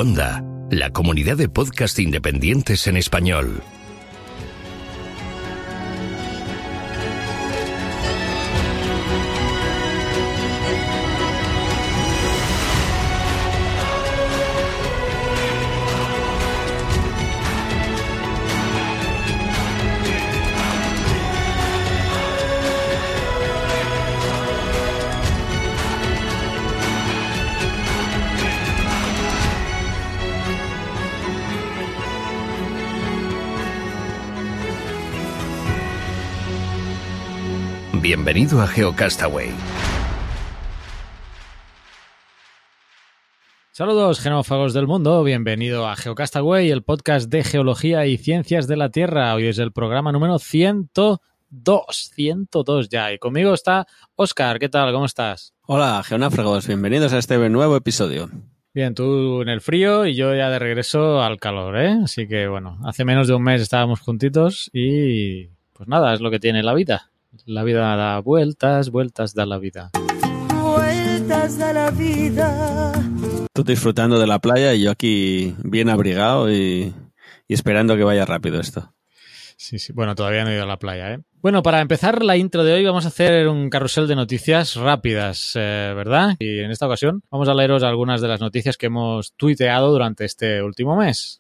Onda, la comunidad de podcast independientes en español. Bienvenido a GeoCastaway. Saludos, genófagos del mundo. Bienvenido a GeoCastaway, el podcast de geología y ciencias de la Tierra. Hoy es el programa número 102 ya. Y conmigo está Óscar. ¿Qué tal? ¿Cómo estás? Hola, geonáfragos. Bienvenidos a este nuevo episodio. Bien, tú en el frío y yo ya de regreso al calor, ¿eh? Así que, bueno, hace menos de un mes estábamos juntitos y, pues nada, es lo que tiene la vida. La vida da vueltas, vueltas da la vida. Vueltas da la vida. Tú disfrutando de la playa y yo aquí bien abrigado y esperando que vaya rápido esto. Sí. Bueno, todavía no he ido a la playa, ¿eh? Bueno, para empezar la intro de hoy vamos a hacer un carrusel de noticias rápidas, ¿verdad? Y en esta ocasión vamos a leeros algunas de las noticias que hemos tuiteado durante este último mes.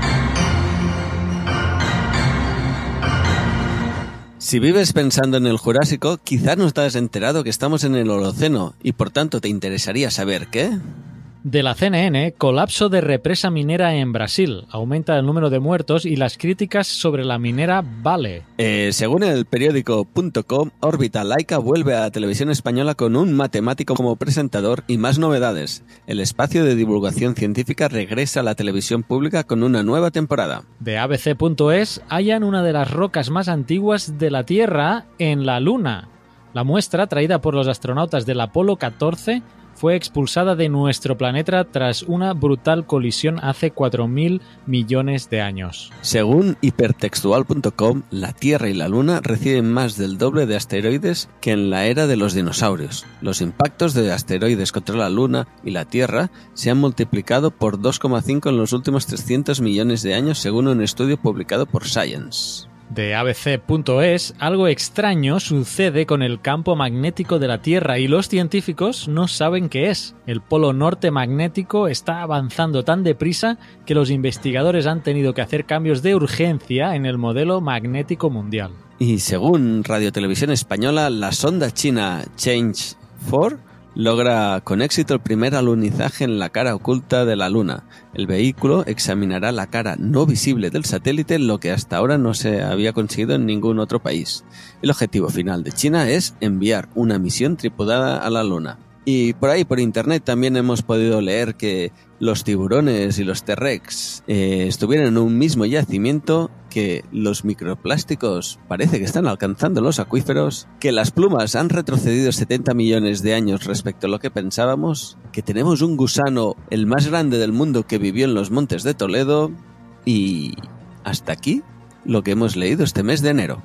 Si vives pensando en el Jurásico, quizás no estás enterado que estamos en el Holoceno y por tanto te interesaría saber ¿qué? De la CNN, colapso de represa minera en Brasil. Aumenta el número de muertos y las críticas sobre la minera Vale. Según el periódico.com, Órbita Laica vuelve a la televisión española con un matemático como presentador y más novedades. El espacio de divulgación científica regresa a la televisión pública con una nueva temporada. De ABC.es, hallan una de las rocas más antiguas de la Tierra en la Luna. La muestra, traída por los astronautas del Apolo 14, fue expulsada de nuestro planeta tras una brutal colisión hace 4.000 millones de años. Según hipertextual.com, la Tierra y la Luna reciben más del doble de asteroides que en la era de los dinosaurios. Los impactos de asteroides contra la Luna y la Tierra se han multiplicado por 2,5 en los últimos 300 millones de años, según un estudio publicado por Science. De ABC.es, algo extraño sucede con el campo magnético de la Tierra y los científicos no saben qué es. El polo norte magnético está avanzando tan deprisa que los investigadores han tenido que hacer cambios de urgencia en el modelo magnético mundial. Y según Radio Televisión Española, la sonda china Change-4 logra con éxito el primer alunizaje en la cara oculta de la Luna. El vehículo examinará la cara no visible del satélite, lo que hasta ahora no se había conseguido en ningún otro país. El objetivo final de China es enviar una misión tripulada a la Luna. Y por ahí, por internet, también hemos podido leer que los tiburones y los T-Rex estuvieron en un mismo yacimiento, que los microplásticos parece que están alcanzando los acuíferos, que las plumas han retrocedido 70 millones de años respecto a lo que pensábamos, que tenemos un gusano, el más grande del mundo, que vivió en los montes de Toledo, y hasta aquí lo que hemos leído este mes de enero.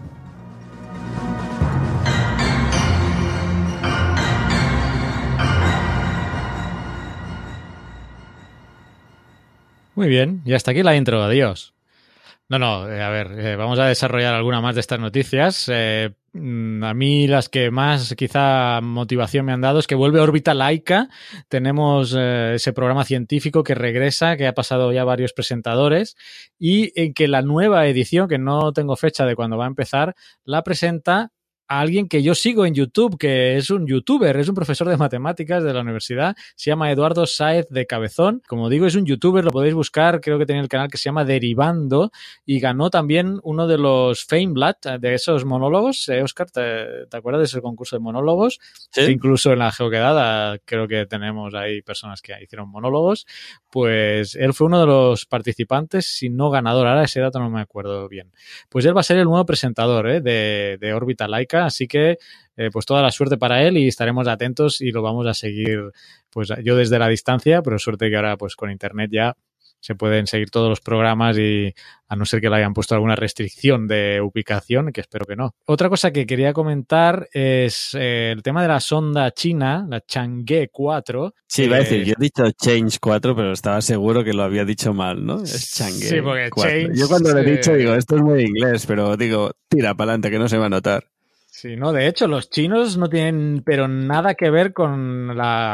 Muy bien, y hasta aquí la intro, adiós. Vamos a desarrollar alguna más de estas noticias. A mí las que más quizá motivación me han dado es que vuelve Órbita Laica. Tenemos ese programa científico que regresa, que ha pasado ya varios presentadores, y en que la nueva edición, que no tengo fecha de cuándo va a empezar, la presenta a alguien que yo sigo en YouTube, que es un youtuber, es un profesor de matemáticas de la universidad, se llama Eduardo Sáez de Cabezón. Como digo, es un youtuber, lo podéis buscar, creo que tiene el canal que se llama Derivando, y ganó también uno de los FameBlood, de esos monólogos. Óscar, ¿te acuerdas de ese concurso de monólogos? Sí. Incluso en la Geoquedada creo que tenemos ahí personas que hicieron monólogos. Pues él fue uno de los participantes, si no ganador, ahora ese dato no me acuerdo bien. Pues él va a ser el nuevo presentador de Órbita Laica, así que pues toda la suerte para él y estaremos atentos y lo vamos a seguir, pues yo desde la distancia, pero suerte que ahora pues con internet ya se pueden seguir todos los programas y a no ser que le hayan puesto alguna restricción de ubicación, que espero que no. Otra cosa que quería comentar es el tema de la sonda china, la Chang'e 4. Sí, iba a decir, yo he dicho Change 4, pero estaba seguro que lo había dicho mal, ¿no? Es Chang'e sí, porque 4. Change, Yo cuando lo he dicho digo, esto es muy inglés, pero digo, tira para adelante, que no se va a notar. Sí, no, de hecho, los chinos no tienen pero nada que ver con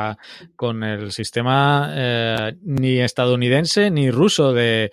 el sistema ni estadounidense ni ruso de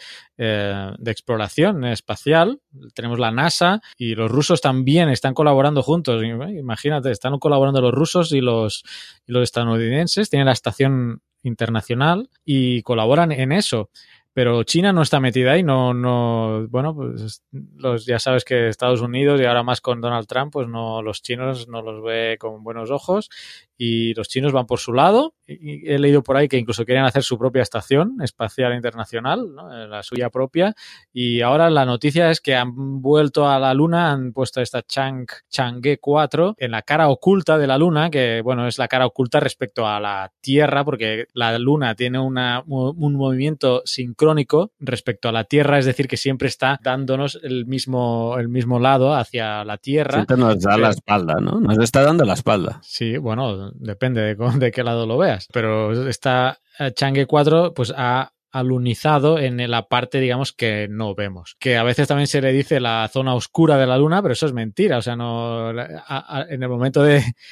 exploración espacial. Tenemos la NASA y los rusos también están colaborando juntos. Imagínate, están colaborando los rusos y los estadounidenses, tienen la estación internacional y colaboran en eso. Pero China no está metida ahí, bueno, pues ya sabes que Estados Unidos y ahora más con Donald Trump, pues los chinos no los ve con buenos ojos y los chinos van por su lado. Y he leído por ahí que incluso querían hacer su propia estación espacial internacional, ¿no? La suya propia. Y ahora la noticia es que han vuelto a la Luna, han puesto esta Chang'e 4 en la cara oculta de la Luna, que bueno, es la cara oculta respecto a la Tierra, porque la Luna tiene un movimiento sincrónico respecto a la Tierra, es decir, que siempre está dándonos el mismo lado hacia la Tierra. Siempre nos da la espalda, ¿no? Nos está dando la espalda. Sí, bueno, depende de qué lado lo veas. Pero esta Chang'e 4 pues ha alunizado en la parte, digamos, que no vemos. Que a veces también se le dice la zona oscura de la Luna, pero eso es mentira. O sea, en el momento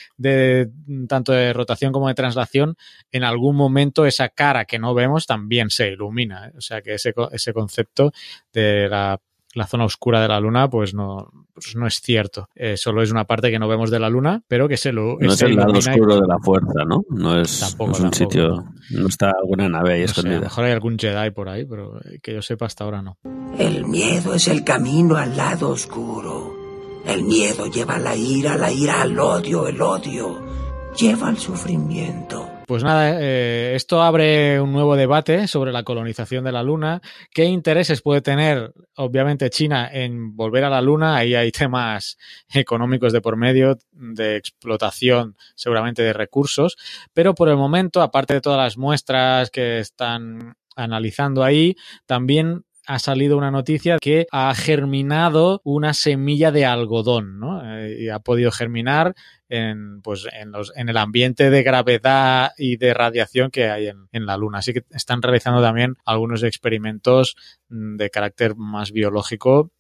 de tanto de rotación como de traslación, en algún momento esa cara que no vemos también se ilumina. O sea, que ese concepto de la zona oscura de la Luna, pues no es cierto. Solo es una parte que no vemos de la Luna, pero que no es el lado oscuro de la fuerza, ¿no? No es un sitio, no está alguna nave ahí escondida. Sé, a lo mejor hay algún Jedi por ahí, pero que yo sepa hasta ahora no. El miedo es el camino al lado oscuro. El miedo lleva a la ira al odio, el odio lleva al sufrimiento. Pues nada, esto abre un nuevo debate sobre la colonización de la Luna. ¿Qué intereses puede tener, obviamente, China en volver a la Luna? Ahí hay temas económicos de por medio, de explotación seguramente de recursos, pero por el momento, aparte de todas las muestras que están analizando ahí, también ha salido una noticia que ha germinado una semilla de algodón, ¿no? Y ha podido germinar en el ambiente de gravedad y de radiación que hay en la Luna. Así que están realizando también algunos experimentos de carácter más biológico,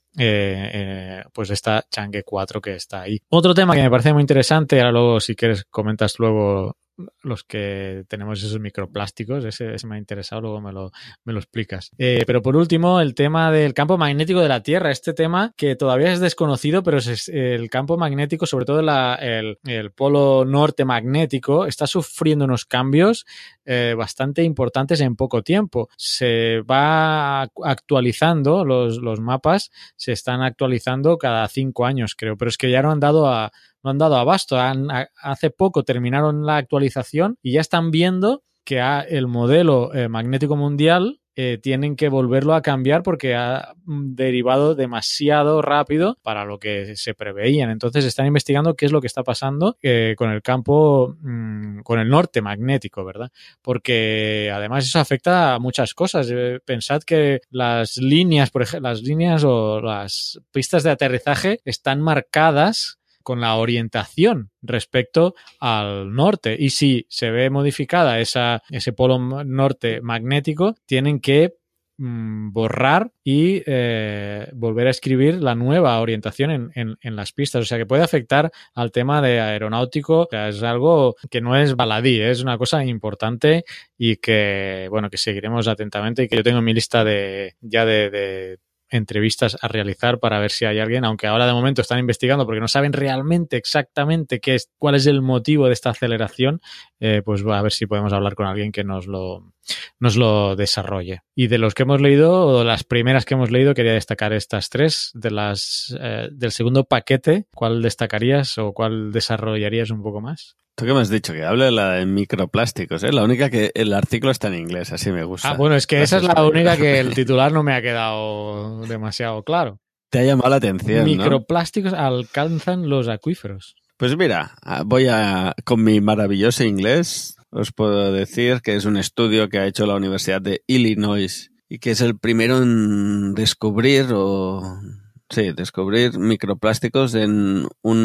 pues esta Chang'e 4 que está ahí. Otro tema que me parece muy interesante, ahora luego si quieres comentas luego los que tenemos esos microplásticos, ese me ha interesado, luego me lo explicas. Pero por último, el tema del campo magnético de la Tierra, este tema que todavía es desconocido, pero el campo magnético, sobre todo el polo norte magnético, está sufriendo unos cambios bastante importantes en poco tiempo. Se va actualizando, los mapas se están actualizando cada 5 años, creo, pero es que ya no han dado abasto. Hace poco terminaron la actualización y ya están viendo que el modelo magnético mundial tienen que volverlo a cambiar porque ha derivado demasiado rápido para lo que se preveían. Entonces están investigando qué es lo que está pasando con el campo, con el norte magnético, ¿verdad? Porque además eso afecta a muchas cosas. Pensad que las líneas, por ejemplo, las líneas o las pistas de aterrizaje están marcadas con la orientación respecto al norte, y si se ve modificada ese polo norte magnético, tienen que borrar y volver a escribir la nueva orientación en las pistas, o sea que puede afectar al tema de aeronáutico. O sea, es algo que no es baladí, es una cosa importante y que, bueno, que seguiremos atentamente y que yo tengo en mi lista de entrevistas a realizar para ver si hay alguien, aunque ahora de momento están investigando porque no saben realmente exactamente cuál es el motivo de esta aceleración, pues a ver si podemos hablar con alguien que nos lo desarrolle. Y de los que hemos leído, o de las primeras que hemos leído, quería destacar estas 3 del segundo paquete. ¿Cuál destacarías o cuál desarrollarías un poco más? ¿Tú qué me has dicho? Que hable de microplásticos, ¿eh? La única que el artículo está en inglés, así me gusta. Ah, bueno, es que gracias, esa es la única que el titular no me ha quedado demasiado claro. Te ha llamado la atención, Microplásticos, ¿no? Alcanzan los acuíferos. Pues mira, con mi maravilloso inglés, os puedo decir que es un estudio que ha hecho la Universidad de Illinois y que es el primero en descubrir microplásticos en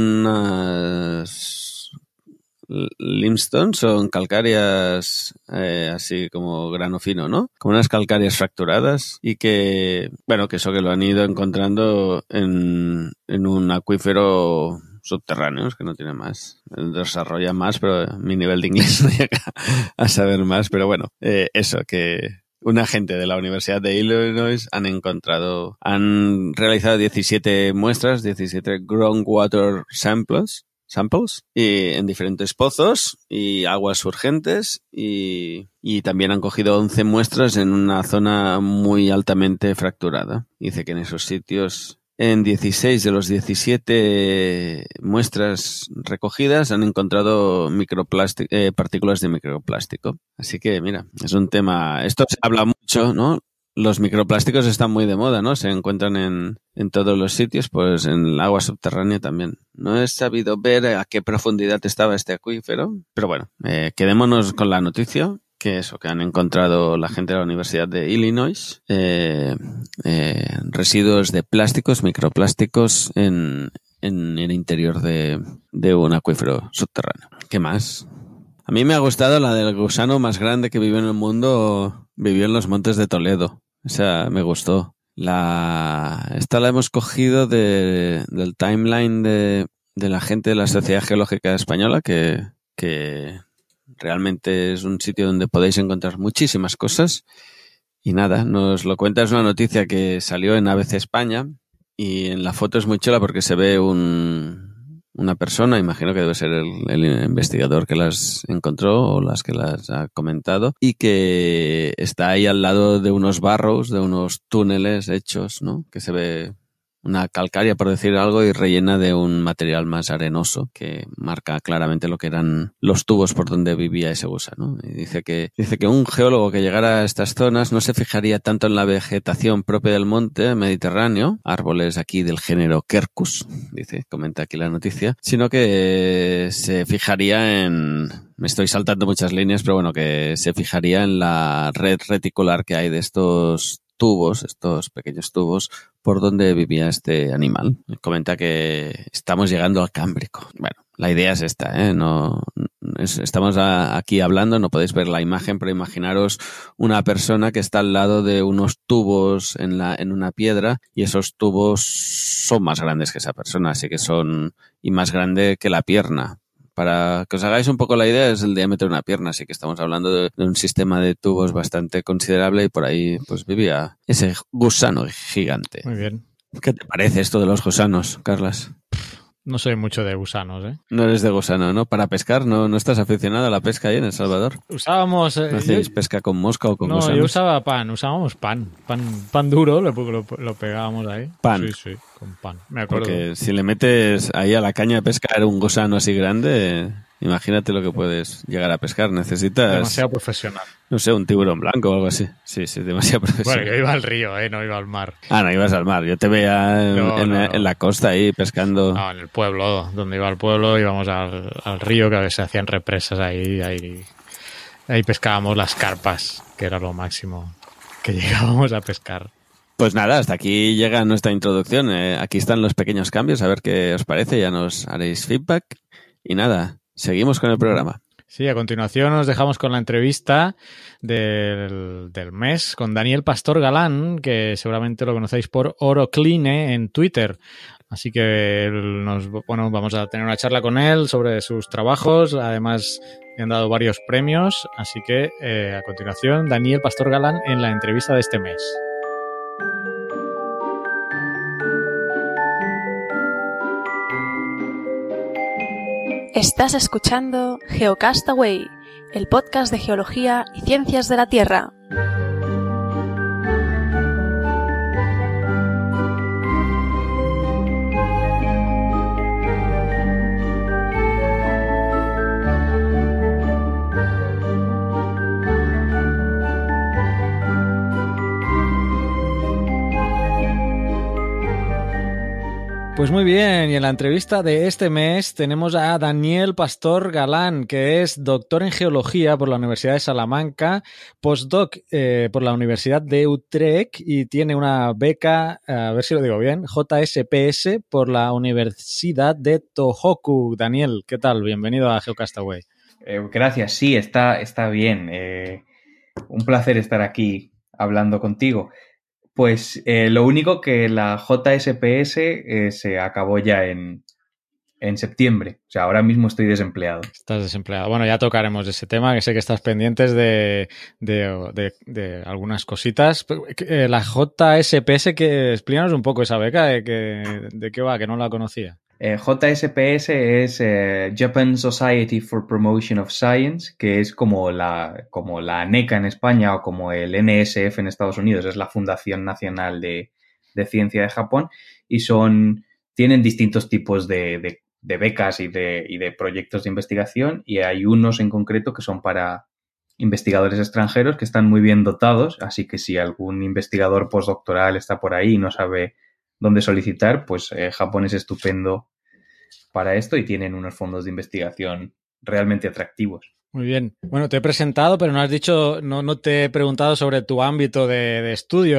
unas limestones, son calcáreas así como grano fino, ¿no? Como unas calcáreas fracturadas y que, bueno, que eso que lo han ido encontrando en un acuífero subterráneo, que no tiene más. Desarrolla más, pero mi nivel de inglés no llega a saber más, pero bueno, eso, que una gente de la Universidad de Illinois han realizado 17 muestras, 17 groundwater samples y en diferentes pozos y aguas surgentes y también han cogido 11 muestras en una zona muy altamente fracturada. Dice que en esos sitios, en 16 de los 17 muestras recogidas han encontrado partículas de microplástico. Así que mira, es un tema, esto se habla mucho, ¿no? Los microplásticos están muy de moda, ¿no? Se encuentran en todos los sitios, pues en el agua subterránea también. No he sabido ver a qué profundidad estaba este acuífero, pero bueno, quedémonos con la noticia, que han encontrado la gente de la Universidad de Illinois, residuos de plásticos, microplásticos en el interior de un acuífero subterráneo. ¿Qué más? A mí me ha gustado la del gusano más grande que vivió en el mundo, vivió en los montes de Toledo. O sea, me gustó. Esta la hemos cogido del timeline de la gente de la Sociedad Geológica Española, que realmente es un sitio donde podéis encontrar muchísimas cosas. Y nada, nos lo cuenta, es una noticia que salió en ABC España y en la foto es muy chula porque se ve una persona, imagino que debe ser el investigador que las encontró o las que las ha comentado, y que está ahí al lado de unos barros, de unos túneles hechos, ¿no? Que se ve una calcárea, por decir algo, y rellena de un material más arenoso que marca claramente lo que eran los tubos por donde vivía ese gusano. Y dice que un geólogo que llegara a estas zonas no se fijaría tanto en la vegetación propia del monte Mediterráneo, árboles aquí del género Quercus, comenta aquí la noticia, sino que se fijaría me estoy saltando muchas líneas, pero bueno, que se fijaría en la red reticular que hay de estos pequeños tubos por donde vivía este animal. Comenta que estamos llegando al Cámbrico. Bueno, la idea es esta, estamos aquí hablando, no podéis ver la imagen, pero imaginaros una persona que está al lado de unos tubos en una piedra y esos tubos son más grandes que esa persona, así que y más grande que la pierna. Para que os hagáis un poco la idea, es el diámetro de una pierna, así que estamos hablando de un sistema de tubos bastante considerable y por ahí pues vivía ese gusano gigante. Muy bien. ¿Qué te parece esto de los gusanos, Carlas? No soy mucho de gusanos, ¿eh? No eres de gusano, ¿no? Para pescar, ¿no estás aficionado a la pesca ahí en El Salvador? Usábamos... ¿No hacéis pesca con mosca o con gusanos? No, yo usaba usábamos pan duro, lo pegábamos ahí. ¿Pan? Sí, con pan, me acuerdo. Porque si le metes ahí a la caña de pescar un gusano así grande, imagínate lo que puedes llegar a pescar. Necesitas... Demasiado profesional. No sé, un tiburón blanco o algo así. Sí, demasiado profesional. Bueno, yo iba al río, no iba al mar. Ah, no ibas al mar. Yo te veía en la costa ahí pescando. No, en el pueblo. Donde iba al pueblo íbamos al río, que a veces se hacían represas ahí pescábamos las carpas, que era lo máximo que llegábamos a pescar. Pues nada, hasta aquí llega nuestra introducción. Aquí están los pequeños cambios, a ver qué os parece. Ya nos haréis feedback. Y nada, seguimos con el programa. Sí, a continuación nos dejamos con la entrevista del mes con Daniel Pastor Galán, que seguramente lo conocéis por Orocline en Twitter. Así que vamos a tener una charla con él sobre sus trabajos. Además, le han dado varios premios. Así que a continuación, Daniel Pastor Galán en la entrevista de este mes. Estás escuchando Geocastaway, el podcast de geología y ciencias de la Tierra. Pues muy bien, y en la entrevista de este mes tenemos a Daniel Pastor Galán, que es doctor en Geología por la Universidad de Salamanca, postdoc por la Universidad de Utrecht y tiene una beca, a ver si lo digo bien, JSPS por la Universidad de Tohoku. Daniel, ¿qué tal? Bienvenido a GeoCastaway. Gracias, sí, está bien. Un placer estar aquí hablando contigo. Pues lo único que la JSPS se acabó ya en septiembre. O sea, ahora mismo estoy desempleado. Estás desempleado. Bueno, ya tocaremos ese tema, que sé que estás pendientes de algunas cositas. La JSPS, explícanos un poco esa beca, de qué va, que no la conocía. JSPS es Japan Society for Promotion of Science, que es como la NECA en España o como el NSF en Estados Unidos, es la Fundación Nacional de Ciencia de Japón, y tienen distintos tipos de becas y de proyectos de investigación, y hay unos en concreto que son para investigadores extranjeros que están muy bien dotados, así que si algún investigador postdoctoral está por ahí y no sabe dónde solicitar, pues Japón es estupendo para esto y tienen unos fondos de investigación realmente atractivos. Muy bien. Bueno, te he presentado, pero no has dicho, no te he preguntado sobre tu ámbito de estudio.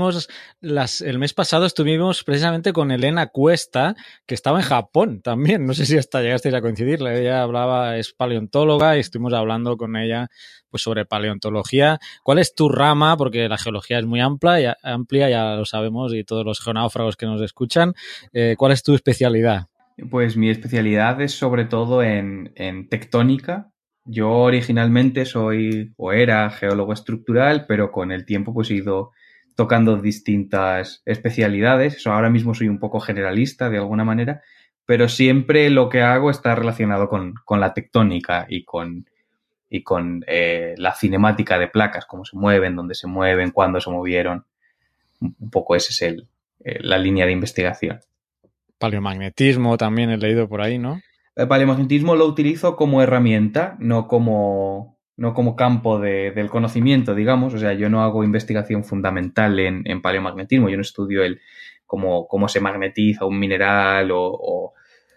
El mes pasado estuvimos precisamente con Elena Cuesta, que estaba en Japón también. No sé si hasta llegasteis a coincidir. Ella es paleontóloga y estuvimos hablando con ella pues sobre paleontología. ¿Cuál es tu rama? Porque la geología es muy amplia, ya lo sabemos, y todos los geonáufragos que nos escuchan. ¿Cuál es tu especialidad? Pues mi especialidad es sobre todo en tectónica. Yo originalmente era geólogo estructural, pero con el tiempo pues he ido tocando distintas especialidades. Ahora mismo soy un poco generalista de alguna manera, pero siempre lo que hago está relacionado con la tectónica y con la cinemática de placas, cómo se mueven, dónde se mueven, cuándo se movieron. Un poco esa es la línea de investigación. Paleomagnetismo también he leído por ahí, ¿no? El paleomagnetismo lo utilizo como herramienta, no como campo del conocimiento, digamos. O sea, yo no hago investigación fundamental en paleomagnetismo. Yo no estudio cómo se magnetiza un mineral o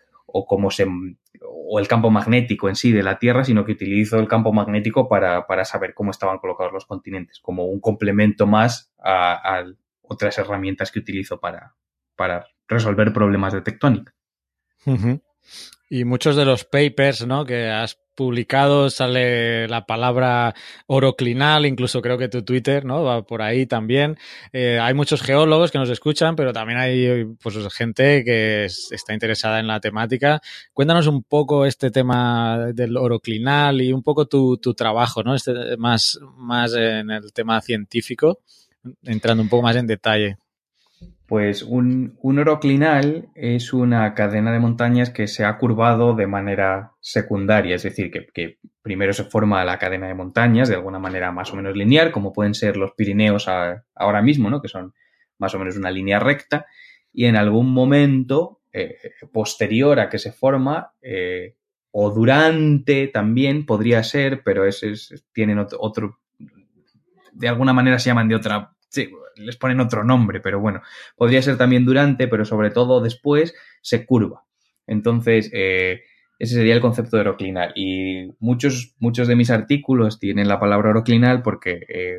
el campo magnético en sí de la Tierra, sino que utilizo el campo magnético para saber cómo estaban colocados los continentes, como un complemento más a otras herramientas que utilizo para resolver problemas de tectónica. Uh-huh. Y muchos de los papers, ¿no?, que has publicado sale la palabra oroclinal, incluso creo que tu Twitter, ¿no?, va por ahí también. Hay muchos geólogos que nos escuchan, pero también hay pues gente que está interesada en la temática. Cuéntanos un poco este tema del oroclinal y un poco tu trabajo, ¿no?, más en el tema científico, entrando un poco más en detalle. Pues un oroclinal es una cadena de montañas que se ha curvado de manera secundaria, es decir, que primero se forma la cadena de montañas de alguna manera más o menos lineal, como pueden ser los Pirineos ahora mismo, ¿no?, que son más o menos una línea recta, y en algún momento posterior a que se forma, o durante también podría ser, pero tienen otro, de alguna manera se llaman de otra. Sí, les ponen otro nombre, pero bueno, podría ser también durante, pero sobre todo después se curva. Entonces, ese sería el concepto de oroclinal. Y muchos de mis artículos tienen la palabra oroclinal porque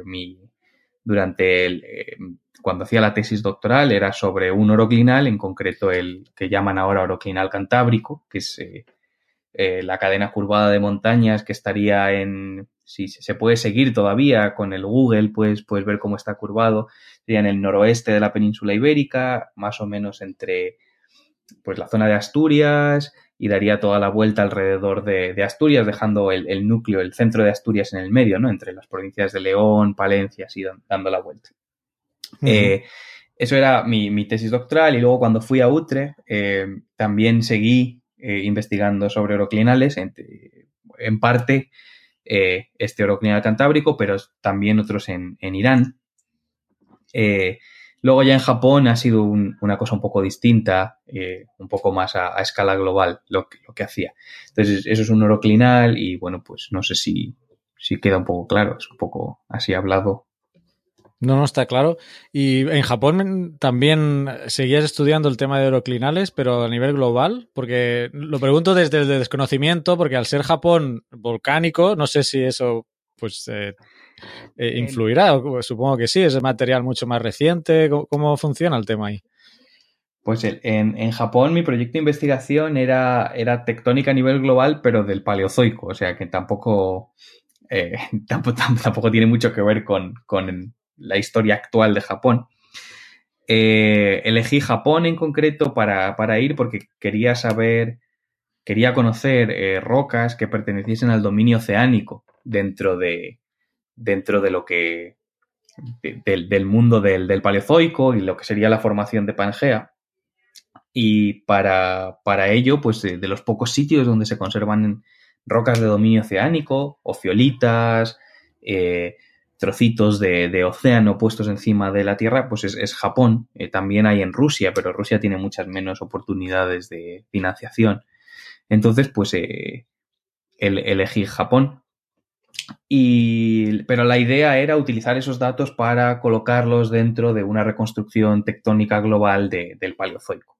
cuando hacía la tesis doctoral era sobre un oroclinal, en concreto el que llaman ahora oroclinal cantábrico, que es la cadena curvada de montañas que estaría si se puede seguir todavía con el Google, puedes ver cómo está curvado, sería en el noroeste de la península ibérica, más o menos entre pues la zona de Asturias, y daría toda la vuelta alrededor de Asturias, dejando el núcleo, el centro de Asturias en el medio, ¿no?, entre las provincias de León, Palencia, así dando la vuelta. Uh-huh. Eso era mi tesis doctoral, y luego cuando fui a Utrecht también seguí investigando sobre oroclinales, en parte este oroclinal cantábrico, pero también otros en Irán. Luego ya en Japón ha sido una cosa un poco distinta, un poco más a escala global lo que hacía. Entonces eso es un oroclinal y bueno, pues no sé si queda un poco claro, es un poco así hablado. No, no, está claro. Y en Japón también seguías estudiando el tema de oroclinales, pero a nivel global, porque lo pregunto desde el desconocimiento, porque al ser Japón volcánico, no sé si eso pues influirá, supongo que sí, es el material mucho más reciente. ¿Cómo funciona el tema ahí? Pues en Japón mi proyecto de investigación era tectónica a nivel global, pero del Paleozoico, o sea que tampoco, tampoco tiene mucho que ver con la historia actual de Japón. Elegí Japón en concreto para ir porque quería conocer rocas que perteneciesen al dominio oceánico dentro de lo que del mundo del Paleozoico y lo que sería la formación de Pangea. Y para ello, pues de los pocos sitios donde se conservan rocas de dominio oceánico, ofiolitas, trocitos de océano puestos encima de la Tierra, pues es Japón. También hay en Rusia, pero Rusia tiene muchas menos oportunidades de financiación. Entonces, pues elegí Japón. Pero la idea era utilizar esos datos para colocarlos dentro de una reconstrucción tectónica global del Paleozoico.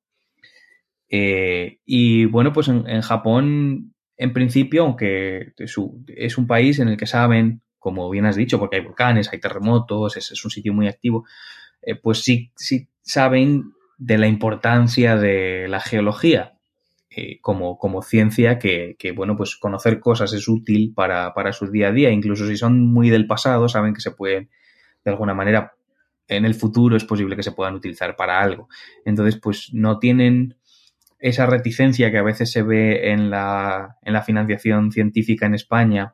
Y bueno, pues en Japón, en principio, aunque es un país en el que saben, como bien has dicho, porque hay volcanes, hay terremotos, es un sitio muy activo, pues sí saben de la importancia de la geología como ciencia que, bueno, pues conocer cosas es útil para su día a día. Incluso si son muy del pasado, saben que se pueden, de alguna manera, en el futuro es posible que se puedan utilizar para algo. Entonces, pues no tienen esa reticencia que a veces se ve en la financiación científica en España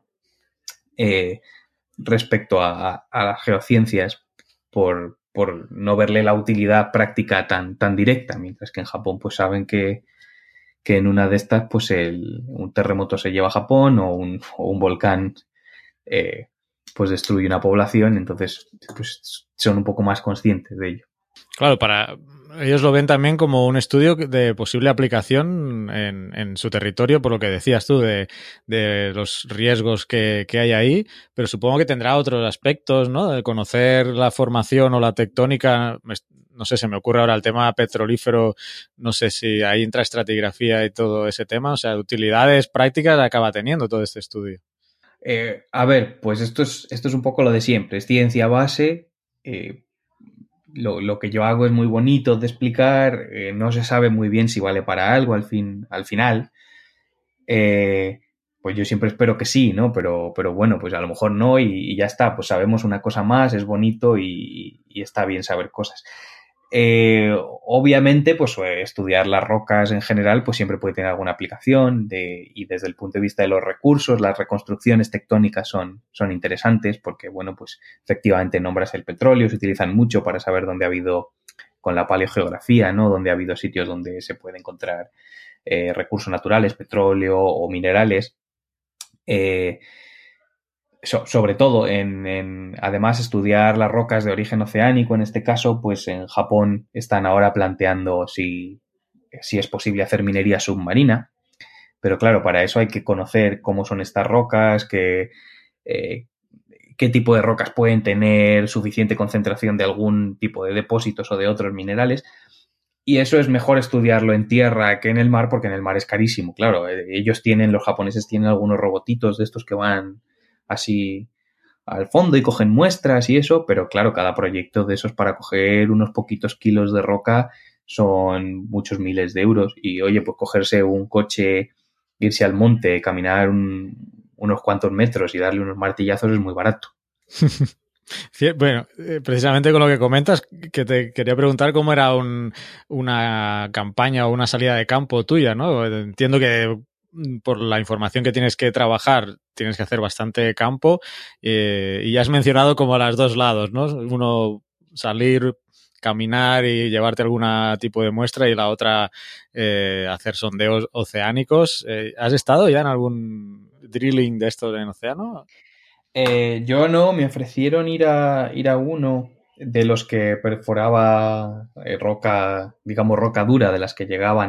respecto a las geociencias por no verle la utilidad práctica tan directa, mientras que en Japón pues saben que en una de estas pues un terremoto se lleva a Japón o un volcán pues destruye una población, entonces pues son un poco más conscientes de ello. Claro, ellos lo ven también como un estudio de posible aplicación en su territorio, por lo que decías tú, de los riesgos que hay ahí, pero supongo que tendrá otros aspectos, ¿no? De conocer la formación o la tectónica, no sé, se me ocurre ahora el tema petrolífero, no sé si ahí entra estratigrafía y todo ese tema, o sea, utilidades prácticas acaba teniendo todo este estudio. A ver, pues esto es un poco lo de siempre, es ciencia base. Lo que yo hago es muy bonito de explicar, no se sabe muy bien si vale para algo al final. Pues yo siempre espero que sí, ¿no? Pero bueno, pues a lo mejor no y ya está, pues sabemos una cosa más, es bonito y está bien saber cosas. Obviamente, pues estudiar las rocas en general, pues siempre puede tener alguna aplicación y desde el punto de vista de los recursos, las reconstrucciones tectónicas son interesantes porque, bueno, pues efectivamente nombras el petróleo, se utilizan mucho para saber dónde ha habido, con la paleogeografía, ¿no? Dónde ha habido sitios donde se puede encontrar recursos naturales, petróleo o minerales. Sobre todo además estudiar las rocas de origen oceánico, en este caso, pues en Japón están ahora planteando si es posible hacer minería submarina, pero claro, para eso hay que conocer cómo son estas rocas, qué tipo de rocas pueden tener suficiente concentración de algún tipo de depósitos o de otros minerales. Y eso es mejor estudiarlo en tierra que en el mar, porque en el mar es carísimo. Claro, los japoneses tienen algunos robotitos de estos que van así al fondo y cogen muestras y eso, pero claro, cada proyecto de esos para coger unos poquitos kilos de roca son muchos miles de euros. Y oye, pues cogerse un coche, irse al monte, caminar unos cuantos metros y darle unos martillazos es muy barato. Bueno, precisamente con lo que comentas, que te quería preguntar cómo era una campaña o una salida de campo tuya, ¿no? Entiendo que por la información que tienes que trabajar, tienes que hacer bastante campo y ya has mencionado como a los dos lados, ¿no? Uno, salir, caminar y llevarte algún tipo de muestra y la otra, hacer sondeos oceánicos. ¿Has estado ya en algún drilling de estos en océano? Yo no, me ofrecieron ir a uno de los que perforaba roca, digamos roca dura, de las que llegaban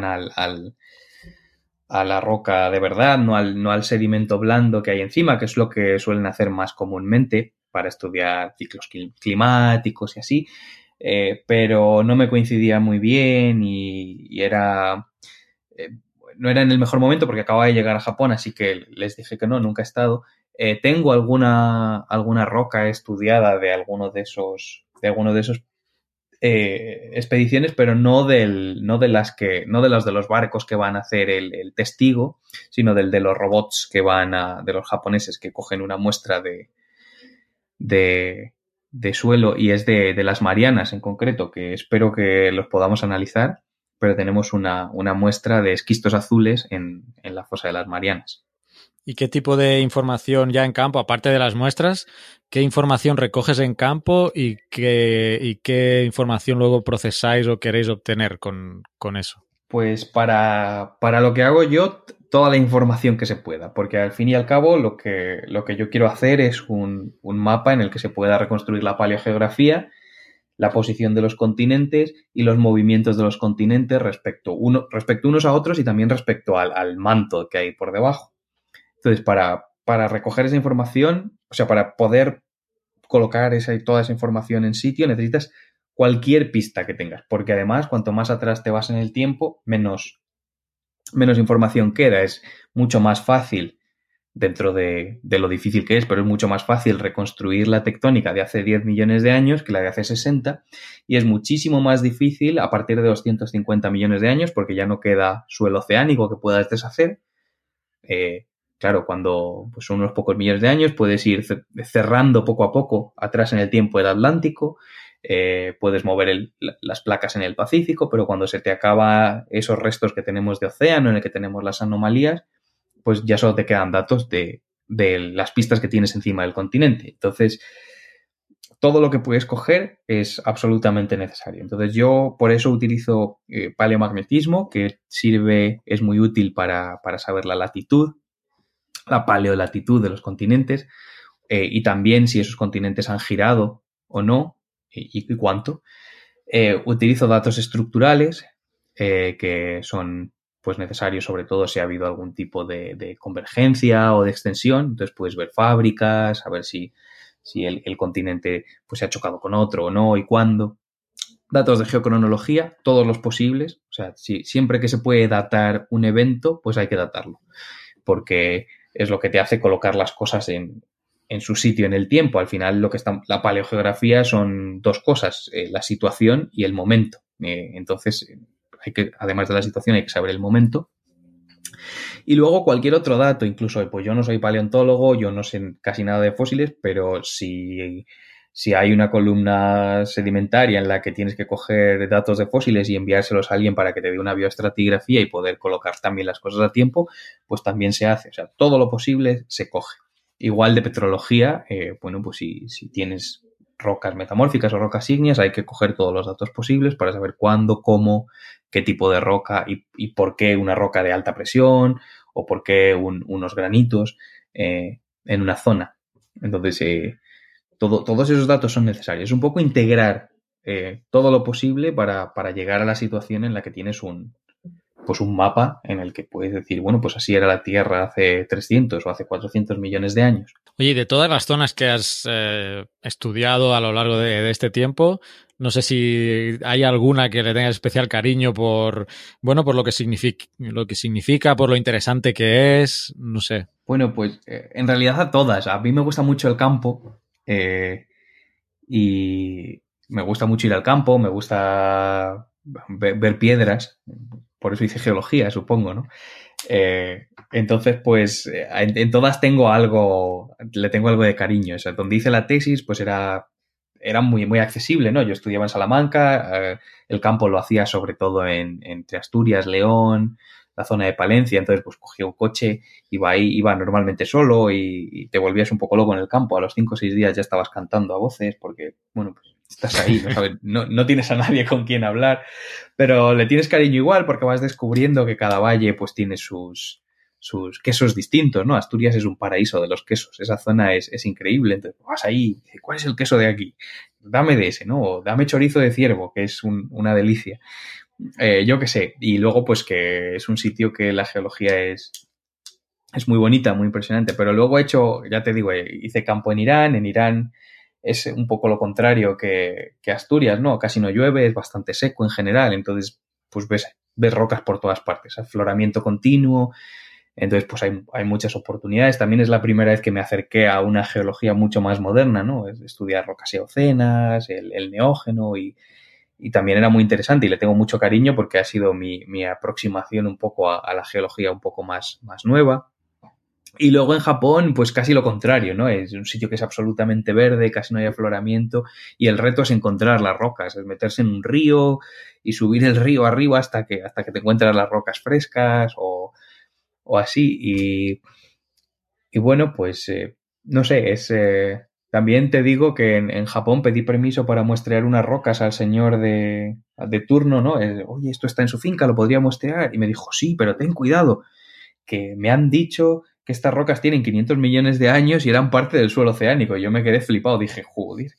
a la roca de verdad, no al sedimento blando que hay encima, que es lo que suelen hacer más comúnmente para estudiar ciclos climáticos y así, pero no me coincidía muy bien y era... no era en el mejor momento porque acababa de llegar a Japón, así que les dije que no, nunca he estado. Tengo alguna roca estudiada de alguno de esos expediciones, pero no de las de los barcos que van a hacer el testigo, sino de los robots que van de los japoneses que cogen una muestra de suelo y es de las Marianas en concreto, que espero que los podamos analizar, pero tenemos una muestra de esquistos azules en la fosa de las Marianas. ¿Y qué tipo de información ya en campo, aparte de las muestras, qué información recoges en campo y qué información luego procesáis o queréis obtener con eso? Pues para lo que hago yo, toda la información que se pueda, porque al fin y al cabo lo que yo quiero hacer es un mapa en el que se pueda reconstruir la paleogeografía, la posición de los continentes y los movimientos de los continentes respecto unos a otros y también respecto al manto que hay por debajo. Entonces, para recoger esa información, o sea, para poder colocar toda esa información en sitio, necesitas cualquier pista que tengas, porque además, cuanto más atrás te vas en el tiempo, menos información queda. Es mucho más fácil, dentro de lo difícil que es, pero es mucho más fácil reconstruir la tectónica de hace 10 millones de años que la de hace 60, y es muchísimo más difícil a partir de 250 millones de años, porque ya no queda suelo oceánico que puedas deshacer. Claro, cuando pues, son unos pocos millones de años, puedes ir cerrando poco a poco atrás en el tiempo el Atlántico, puedes mover las placas en el Pacífico, pero cuando se te acaba esos restos que tenemos de océano, en el que tenemos las anomalías, pues ya solo te quedan datos de las pistas que tienes encima del continente. Entonces, todo lo que puedes coger es absolutamente necesario. Entonces, yo por eso utilizo paleomagnetismo, que es muy útil para saber la latitud, la paleolatitud de los continentes, y también si esos continentes han girado o no, y cuánto. Utilizo datos estructurales que son pues necesarios sobre todo si ha habido algún tipo de convergencia o de extensión. Entonces puedes ver fábricas, saber si el continente pues se ha chocado con otro o no y cuándo. Datos de geocronología, todos los posibles. O sea, siempre que se puede datar un evento, pues hay que datarlo, porque es lo que te hace colocar las cosas en su sitio en el tiempo. Al final, la paleogeografía son dos cosas, la situación y el momento. Entonces, además de la situación, hay que saber el momento. Y luego cualquier otro dato, incluso, pues yo no soy paleontólogo, yo no sé casi nada de fósiles, pero si hay una columna sedimentaria en la que tienes que coger datos de fósiles y enviárselos a alguien para que te dé una bioestratigrafía y poder colocar también las cosas a tiempo, pues también se hace. O sea, todo lo posible se coge. Igual de petrología, bueno, pues si tienes rocas metamórficas o rocas ígneas, hay que coger todos los datos posibles para saber cuándo, cómo, qué tipo de roca y por qué una roca de alta presión o por qué unos granitos en una zona. Entonces, todos esos datos son necesarios. Es un poco integrar todo lo posible para llegar a la situación en la que tienes un mapa en el que puedes decir, bueno, pues así era la Tierra hace 300 o hace 400 millones de años. Oye, de todas las zonas que has estudiado a lo largo de este tiempo, no sé si hay alguna que le tengas especial cariño por lo que significa, por lo interesante que es, no sé. Bueno, pues en realidad a todas. A mí me gusta mucho el campo y me gusta mucho ir al campo, me gusta ver piedras, por eso hice geología, supongo, ¿no? Entonces, pues en todas le tengo algo de cariño. O sea, donde hice la tesis, pues era muy, muy accesible, ¿no? Yo estudiaba en Salamanca, el campo lo hacía sobre todo entre Asturias, León, la zona de Palencia, entonces pues cogía un coche, iba normalmente solo y te volvías un poco loco en el campo. A los 5 o 6 días ya estabas cantando a voces porque, bueno, pues estás ahí, no sabes, no tienes a nadie con quien hablar, pero le tienes cariño igual porque vas descubriendo que cada valle pues tiene sus quesos distintos, ¿no? Asturias es un paraíso de los quesos, esa zona es increíble, entonces vas ahí, ¿cuál es el queso de aquí? Dame de ese, ¿no? O dame chorizo de ciervo, que es una delicia. Yo qué sé, y luego pues que es un sitio que la geología es es muy bonita, muy impresionante, pero luego ya te digo, hice campo en Irán es un poco lo contrario que Asturias, ¿no? Casi no llueve, es bastante seco en general, entonces pues ves rocas por todas partes, afloramiento continuo, entonces pues hay muchas oportunidades. También es la primera vez que me acerqué a una geología mucho más moderna, ¿no? Es estudiar rocas eocenas, el neógeno y también era muy interesante y le tengo mucho cariño porque ha sido mi aproximación un poco a la geología un poco más nueva. Y luego en Japón, pues casi lo contrario, ¿no? Es un sitio que es absolutamente verde, casi no hay afloramiento y el reto es encontrar las rocas, es meterse en un río y subir el río arriba hasta que te encuentras las rocas frescas o así. Y bueno, pues no sé, también te digo que en Japón pedí permiso para muestrear unas rocas al señor de turno, ¿no? Oye, esto está en su finca, ¿lo podría muestrear? Y me dijo, sí, pero ten cuidado, que me han dicho que estas rocas tienen 500 millones de años y eran parte del suelo oceánico. Y yo me quedé flipado, dije, joder,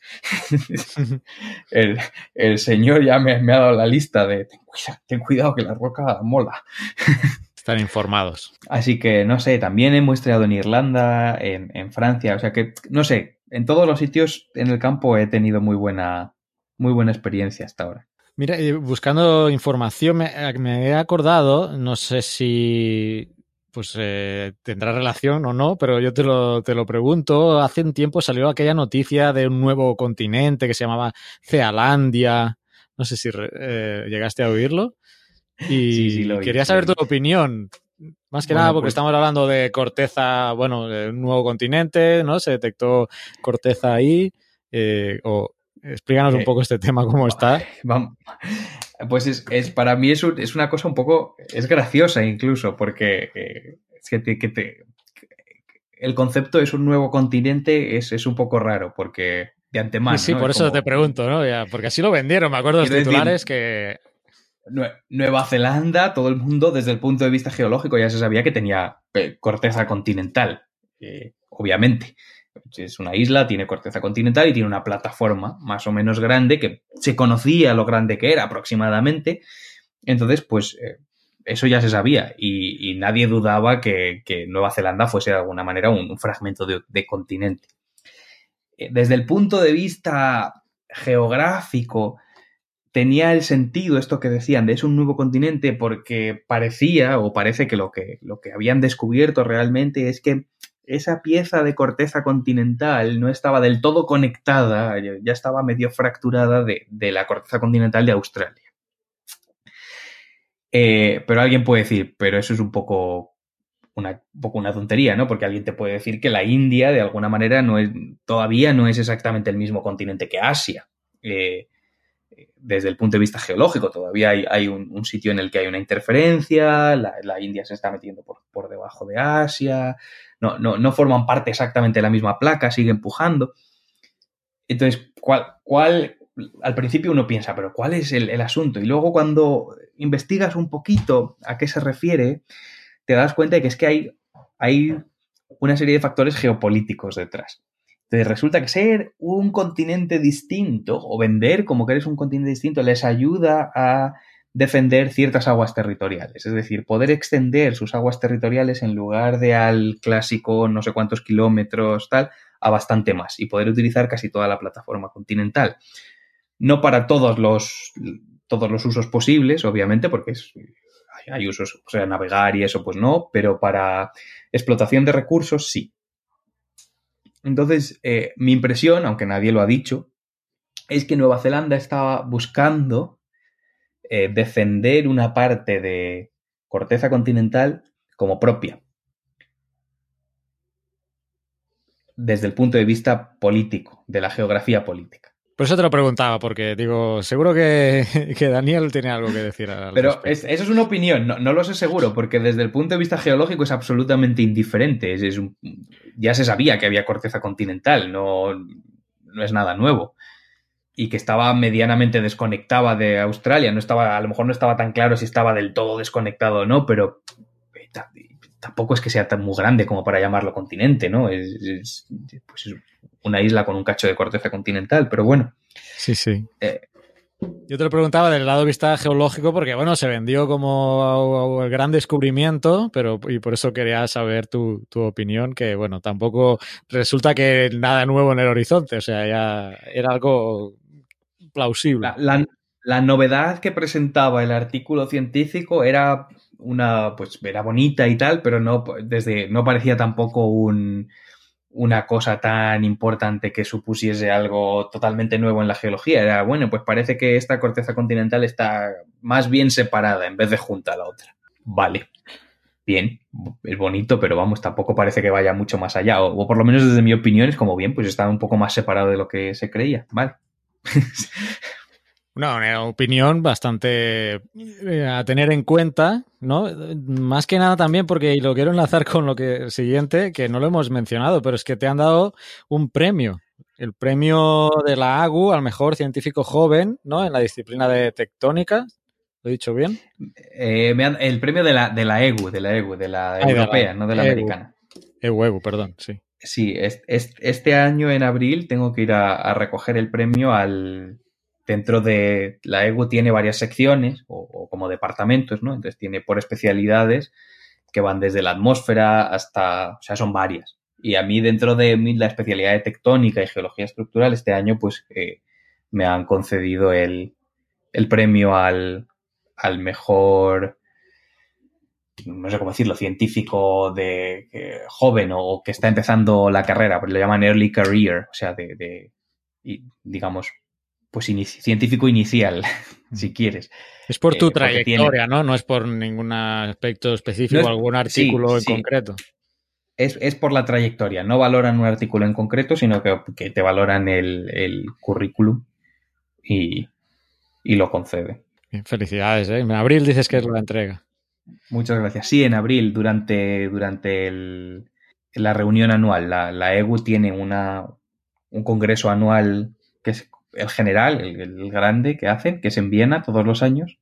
el señor ya me ha dado la lista de ten cuidado que la roca mola. Están informados. Así que, no sé, también he muestreado en Irlanda, en Francia, o sea que, no sé, en todos los sitios en el campo he tenido muy buena experiencia hasta ahora. Mira, buscando información me he acordado, no sé si pues tendrá relación o no, pero yo te lo pregunto. Hace un tiempo salió aquella noticia de un nuevo continente que se llamaba Cealandia. No sé si llegaste a oírlo. Y sí, lo oí, quería saber tu opinión. Más que nada porque estamos hablando de corteza, bueno, de un nuevo continente, ¿no? Se detectó corteza ahí. Explícanos un poco este tema, cómo está. Vamos. Pues para mí es una cosa un poco, es graciosa incluso, porque es que el concepto es un nuevo continente es un poco raro, porque de antemano. Sí, ¿no? por eso te pregunto, ¿no? Ya, porque así lo vendieron, me acuerdo de los titulares que... Nueva Zelanda, todo el mundo desde el punto de vista geológico ya se sabía que tenía corteza continental, obviamente. Es una isla, tiene corteza continental y tiene una plataforma más o menos grande que se conocía lo grande que era aproximadamente. Entonces, pues eso ya se sabía y nadie dudaba que Nueva Zelanda fuese de alguna manera un fragmento de continente. Desde el punto de vista geográfico, tenía el sentido esto que decían de es un nuevo continente porque parece que lo que habían descubierto realmente es que esa pieza de corteza continental no estaba del todo conectada, ya estaba medio fracturada de la corteza continental de Australia. Pero alguien puede decir, pero eso es un poco una tontería, ¿no? Porque alguien te puede decir que la India, de alguna manera, todavía no es exactamente el mismo continente que Asia. Desde el punto de vista geológico, todavía hay un sitio en el que hay una interferencia, la India se está metiendo por debajo de Asia, no forman parte exactamente de la misma placa, sigue empujando. Entonces, al principio uno piensa, pero ¿cuál es el asunto? Y luego cuando investigas un poquito a qué se refiere, te das cuenta de que es que hay una serie de factores geopolíticos detrás. Entonces resulta que ser un continente distinto o vender como que eres un continente distinto les ayuda a defender ciertas aguas territoriales. Es decir, poder extender sus aguas territoriales en lugar de al clásico no sé cuántos kilómetros tal, a bastante más y poder utilizar casi toda la plataforma continental. No para todos los usos posibles, obviamente, porque hay usos, o sea, navegar y eso pues no, pero para explotación de recursos sí. Entonces, mi impresión, aunque nadie lo ha dicho, es que Nueva Zelanda estaba buscando defender una parte de corteza continental como propia. Desde el punto de vista político, de la geografía política. Por eso te lo preguntaba, porque digo, seguro que Daniel tiene algo que decir al Pero respecto. Eso es una opinión, no lo sé seguro, porque desde el punto de vista geológico es absolutamente indiferente. Ya se sabía que había corteza continental, no es nada nuevo. Y que estaba medianamente desconectada de Australia. A lo mejor no estaba tan claro si estaba del todo desconectado o no, pero tampoco es que sea tan muy grande como para llamarlo continente, ¿no? Pues es una isla con un cacho de corteza continental, pero bueno. Sí. Yo te lo preguntaba del lado de vista geológico porque, bueno, se vendió como el gran descubrimiento, y por eso quería saber tu opinión, que, bueno, tampoco resulta que nada nuevo en el horizonte, o sea, ya era algo plausible. La novedad que presentaba el artículo científico era era bonita y tal, pero no parecía tampoco una cosa tan importante que supusiese algo totalmente nuevo en la geología. Era, bueno, pues parece que esta corteza continental está más bien separada en vez de junta a la otra. Vale. Bien, es bonito, pero vamos, tampoco parece que vaya mucho más allá. O por lo menos desde mi opinión es como bien, pues está un poco más separado de lo que se creía. Vale. Una opinión bastante a tener en cuenta, ¿no? Más que nada también porque, y lo quiero enlazar con lo siguiente, que no lo hemos mencionado, pero es que te han dado un premio. El premio de la AGU al mejor científico joven, ¿no? En la disciplina de tectónica. ¿Lo he dicho bien? El premio de la EGU, de la europea, no de la americana. EGU, perdón, sí. Sí, este año en abril tengo que ir a recoger el premio dentro de la EGU tiene varias secciones o como departamentos, ¿no? Entonces tiene por especialidades que van desde la atmósfera hasta, o sea, son varias. Y a mí dentro de la especialidad de tectónica y geología estructural este año pues me han concedido el premio al mejor, no sé cómo decirlo, científico joven o que está empezando la carrera, pues lo llaman early career, o sea, digamos, pues científico inicial, si quieres. Es por tu trayectoria, ¿no? No es por ningún aspecto específico, algún artículo en concreto. Es por la trayectoria. No valoran un artículo en concreto, sino que te valoran el currículum y lo conceden. Bien, felicidades, ¿eh? En abril dices que es la entrega. Muchas gracias. Sí, en abril, durante la reunión anual. La EGU tiene un congreso anual que es el general, el grande que hacen, que es en Viena todos los años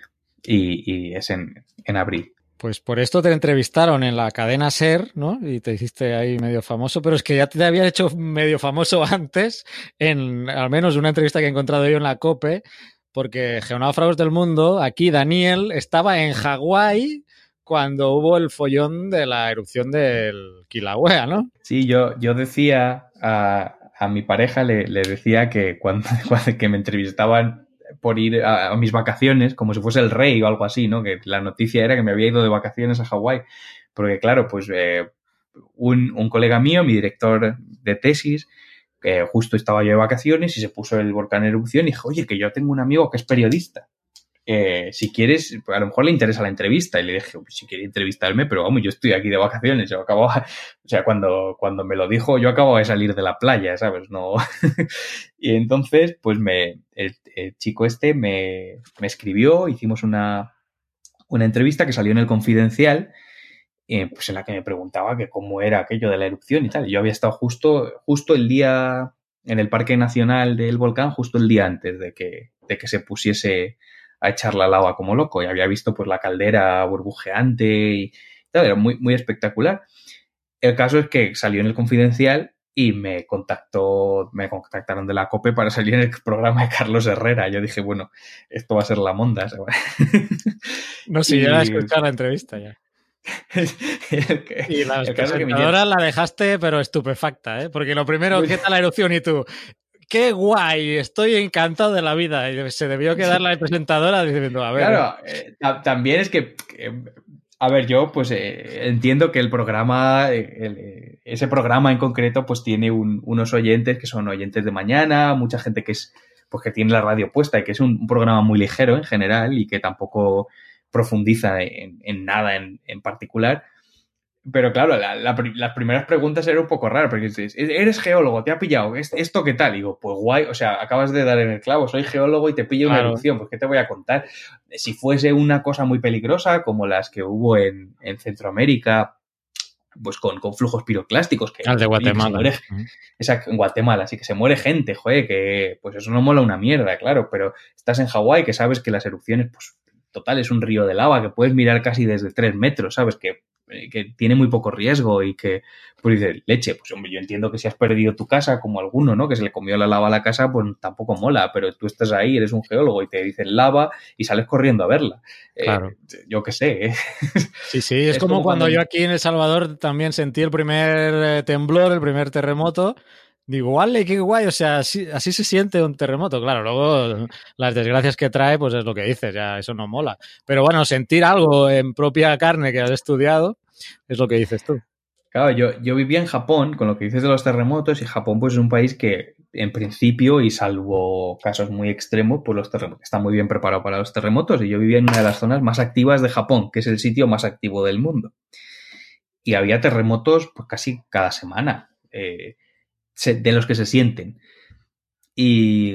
y es en abril. Pues por esto te entrevistaron en la cadena SER, ¿no? Y te hiciste ahí medio famoso, pero es que ya te habías hecho medio famoso antes en al menos una entrevista que he encontrado yo en la COPE, porque Geonáufragos del Mundo, aquí Daniel estaba en Hawái cuando hubo el follón de la erupción del Kilauea, ¿no? Sí, yo decía a mi pareja, le decía que cuando que me entrevistaban por ir a mis vacaciones, como si fuese el rey o algo así, ¿no? Que la noticia era que me había ido de vacaciones a Hawái. Porque claro, pues un colega mío, mi director de tesis, justo estaba yo de vacaciones y se puso el volcán en erupción y dijo, oye, que yo tengo un amigo que es periodista. Si quieres, a lo mejor le interesa la entrevista. Y le dije, pues, si quiere entrevistarme, pero vamos, yo estoy aquí de vacaciones. Yo acababa, o sea, cuando me lo dijo, yo acababa de salir de la playa, ¿sabes? No. Y entonces, pues el chico este me escribió, hicimos una entrevista que salió en el Confidencial, pues en la que me preguntaba que cómo era aquello de la erupción y tal. Y yo había estado justo el día en el Parque Nacional del Volcán, justo el día antes de que se pusiese a echar la lava como loco, y había visto pues la caldera burbujeante y tal, era muy, muy espectacular. El caso es que salió en el Confidencial y me contactaron de la COPE para salir en el programa de Carlos Herrera. Yo dije, bueno, esto va a ser la monda, ¿sabes? No, sí, ya he escuchado la entrevista ya. Y la presentadora la dejaste pero estupefacta, ¿eh? Porque lo primero, ¿qué tal la erupción? Y tú, ¡qué guay! Estoy encantado de la vida. Y se debió quedar la presentadora diciendo, a ver... Claro, también es que a ver, yo pues entiendo que el programa, ese programa en concreto, pues tiene unos oyentes que son oyentes de mañana, mucha gente que que tiene la radio puesta y que es un programa muy ligero en general y que tampoco profundiza en nada en particular. Pero claro, las primeras preguntas eran un poco raras, porque dices, eres geólogo, te ha pillado, ¿esto qué tal? Y digo, pues guay, o sea, acabas de dar en el clavo, soy geólogo y te pilla una erupción, pues ¿qué te voy a contar? Si fuese una cosa muy peligrosa, como las que hubo en Centroamérica, pues con flujos piroclásticos. Que de Guatemala. Exacto, en Guatemala, así que se muere gente, joder, que pues eso no mola una mierda, claro, pero estás en Hawái, que sabes que las erupciones, pues total, es un río de lava que puedes mirar casi desde 3 metros, ¿sabes? Que que tiene muy poco riesgo y que, pues dices, leche, pues hombre, yo entiendo que si has perdido tu casa, como alguno, ¿no? Que se le comió la lava a la casa, pues tampoco mola, pero tú estás ahí, eres un geólogo y te dicen lava y sales corriendo a verla. Claro. Yo qué sé, ¿eh? Sí, es como cuando yo aquí en El Salvador también sentí el primer temblor, el primer terremoto. Digo, vale, qué guay, o sea, así se siente un terremoto. Claro, luego las desgracias que trae, pues es lo que dices, ya eso no mola. Pero bueno, sentir algo en propia carne que has estudiado es lo que dices tú. Claro, yo vivía en Japón, con lo que dices de los terremotos, y Japón pues es un país que, en principio, y salvo casos muy extremos, pues los terremotos está muy bien preparado para los terremotos. Y yo vivía en una de las zonas más activas de Japón, que es el sitio más activo del mundo. Y había terremotos pues casi cada semana. De los que se sienten. Y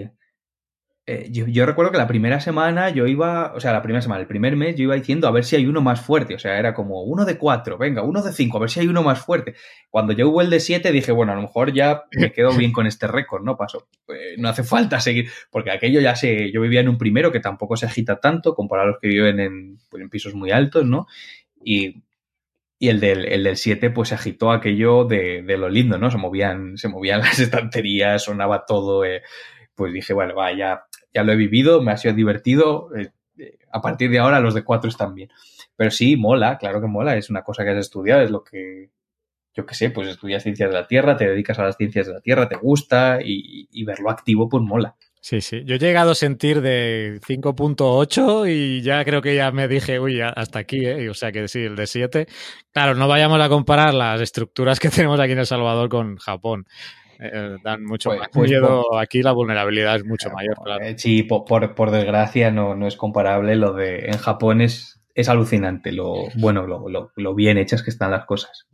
yo recuerdo que la primera semana el primer mes yo iba diciendo a ver si hay uno más fuerte. O sea, era como 1 de 4, venga, 1 de 5, a ver si hay uno más fuerte. Cuando ya hubo el de 7 dije, bueno, a lo mejor ya me quedo bien con este récord, ¿no? No hace falta seguir, porque aquello yo vivía en un primero que tampoco se agita tanto comparado a los que viven en pisos muy altos, ¿no? Y el del 7 pues se agitó aquello de lo lindo, ¿no? Se movían las estanterías, sonaba todo. Pues dije, bueno, va, ya lo he vivido, me ha sido divertido. A partir de ahora los de 4 están bien. Pero sí, mola, claro que mola. Es una cosa que has estudiado, es lo que, yo qué sé, pues estudias ciencias de la Tierra, te dedicas a las ciencias de la Tierra, te gusta y verlo activo, pues mola. Sí. Yo he llegado a sentir de 5.8 y ya creo que ya me dije, uy, hasta aquí, ¿eh? O sea que sí, el de 7. Claro, no vayamos a comparar las estructuras que tenemos aquí en El Salvador con Japón. Dan mucho más miedo. Aquí la vulnerabilidad es mucho mayor, claro. Sí, por desgracia no es comparable. Lo de en Japón es alucinante lo bien hechas que están las cosas.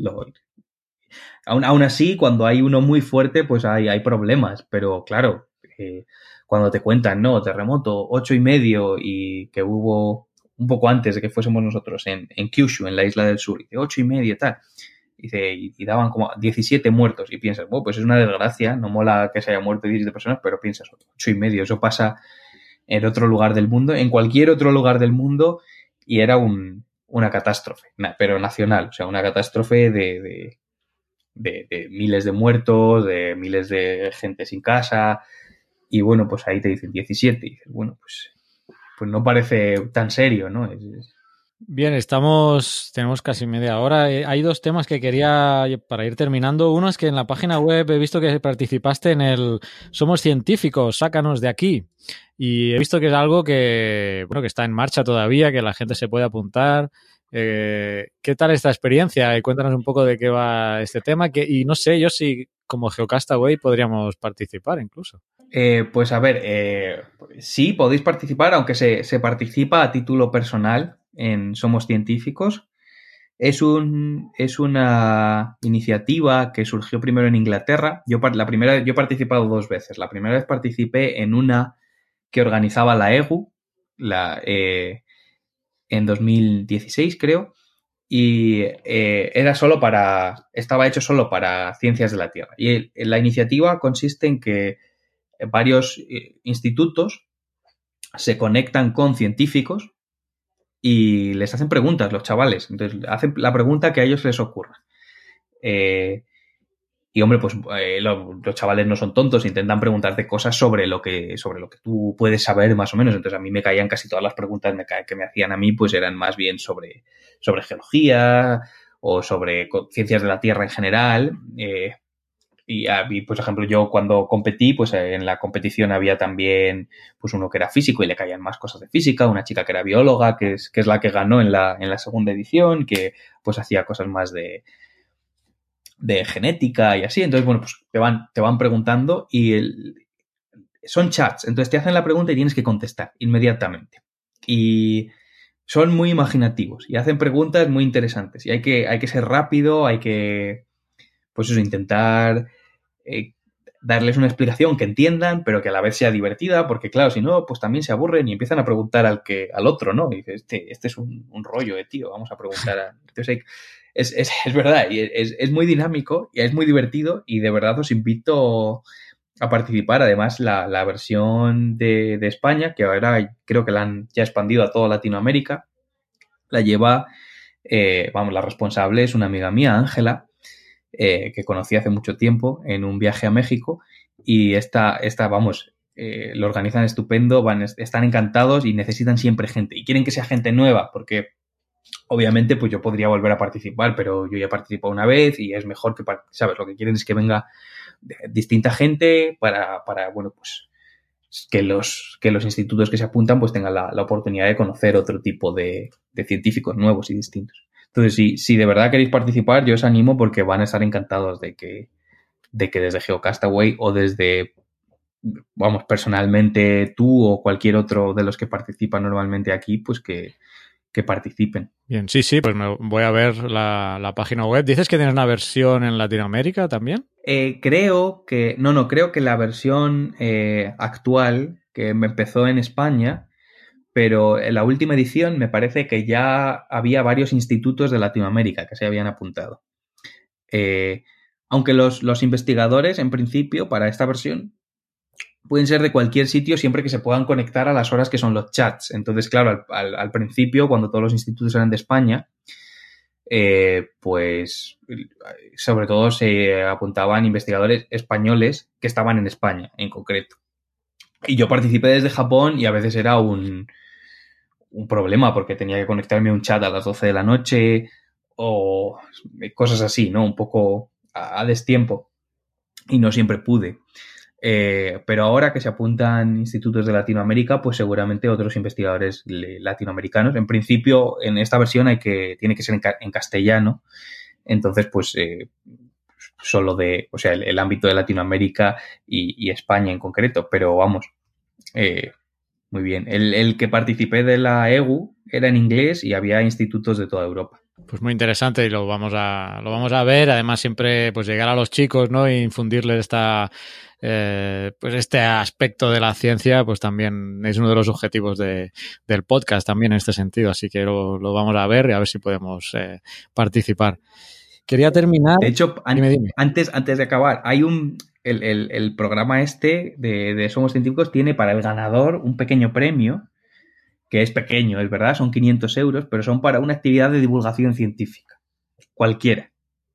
Aún así, cuando hay uno muy fuerte, pues hay problemas. Pero claro, cuando te cuentan, no, terremoto 8,5 y que hubo un poco antes de que fuésemos nosotros en Kyushu, en la isla del sur, y de 8,5 y tal, y daban como 17 muertos, y piensas, bueno, pues es una desgracia, no mola que se haya muerto 17 personas, pero piensas, 8,5, eso pasa en otro lugar del mundo, en cualquier otro lugar del mundo, y era una catástrofe, pero nacional, o sea, una catástrofe de miles de muertos, de miles de gente sin casa. Y bueno, pues ahí te dicen 17. Y dices, bueno, pues no parece tan serio, ¿no? Bien, tenemos casi media hora. Hay dos temas que quería, para ir terminando. Uno es que en la página web he visto que participaste en el Somos Científicos, sácanos de aquí. Y he visto que es algo que está en marcha todavía, que la gente se puede apuntar. ¿Qué tal esta experiencia? Cuéntanos un poco de qué va este tema. Y no sé, yo si como Geocastaway podríamos participar incluso. Pues a ver, sí, podéis participar, aunque se participa a título personal en Somos Científicos. Es una iniciativa que surgió primero en Inglaterra. Yo he participado 2 veces. La primera vez participé en una que organizaba la EGU, en 2016, creo, y estaba hecho solo para ciencias de la Tierra. Y la iniciativa consiste en que varios institutos se conectan con científicos y les hacen preguntas, los chavales. Entonces, hacen la pregunta que a ellos les ocurra. Y hombre, pues los chavales no son tontos, intentan preguntarte cosas sobre lo que tú puedes saber más o menos. Entonces a mí me caían casi todas las preguntas que me hacían a mí, pues eran más bien sobre geología o sobre ciencias de la Tierra en general. Y por ejemplo, yo cuando competí, pues en la competición había también pues uno que era físico y le caían más cosas de física, una chica que era bióloga, que es la que ganó en la segunda edición, que pues hacía cosas más de genética y así. Entonces, bueno, pues te van preguntando y son chats. Entonces te hacen la pregunta y tienes que contestar inmediatamente. Y son muy imaginativos y hacen preguntas muy interesantes. Y hay que ser rápido, hay que, pues eso, intentar darles una explicación que entiendan, pero que a la vez sea divertida, porque claro, si no, pues también se aburren y empiezan a preguntar al otro, ¿no? Y dices, este es un rollo, tío, vamos a preguntar. Entonces es verdad, y es muy dinámico y es muy divertido y de verdad os invito a participar. Además, la versión de España, que ahora creo que la han ya expandido a toda Latinoamérica, la lleva la responsable es una amiga mía, Ángela, que conocí hace mucho tiempo en un viaje a México, y lo organizan estupendo, están encantados y necesitan siempre gente. Y quieren que sea gente nueva, porque obviamente pues yo podría volver a participar, pero yo ya he participado una vez y es mejor que, ¿sabes? Lo que quieren es que venga distinta gente para bueno, pues que los institutos que se apuntan pues tengan la oportunidad de conocer otro tipo de científicos nuevos y distintos. Entonces, si de verdad queréis participar, yo os animo porque van a estar encantados de que desde GeoCastaway o desde, vamos, personalmente tú o cualquier otro de los que participan normalmente aquí, pues que participen. Bien, sí, pues me voy a ver la página web. ¿Dices que tienes una versión en Latinoamérica también? Creo que la versión actual, que me empezó en España, pero en la última edición me parece que ya había varios institutos de Latinoamérica que se habían apuntado. Aunque los investigadores, en principio, para esta versión, pueden ser de cualquier sitio siempre que se puedan conectar a las horas que son los chats. Entonces, claro, al principio, cuando todos los institutos eran de España, pues sobre todo se apuntaban investigadores españoles que estaban en España, en concreto. Y yo participé desde Japón y a veces era un problema porque tenía que conectarme a un chat a las 12 de la noche o cosas así, ¿no? Un poco a destiempo. Y no siempre pude. Pero ahora que se apuntan institutos de Latinoamérica, pues seguramente otros investigadores latinoamericanos. En principio, en esta versión tiene que ser en castellano. Entonces, pues solo el ámbito de Latinoamérica y España en concreto. Pero vamos, muy bien. El que participé de la EGU era en inglés y había institutos de toda Europa. Pues muy interesante y lo vamos a ver. Además, siempre pues llegar a los chicos, ¿no? E infundirles pues este aspecto de la ciencia, pues también es uno de los objetivos del podcast también en este sentido. Así que lo vamos a ver y a ver si podemos participar. Quería terminar. De hecho, dime. Antes de acabar, hay el programa este de Somos Científicos tiene para el ganador un pequeño premio, que es pequeño, es verdad, son 500 euros, pero son para una actividad de divulgación científica, cualquiera.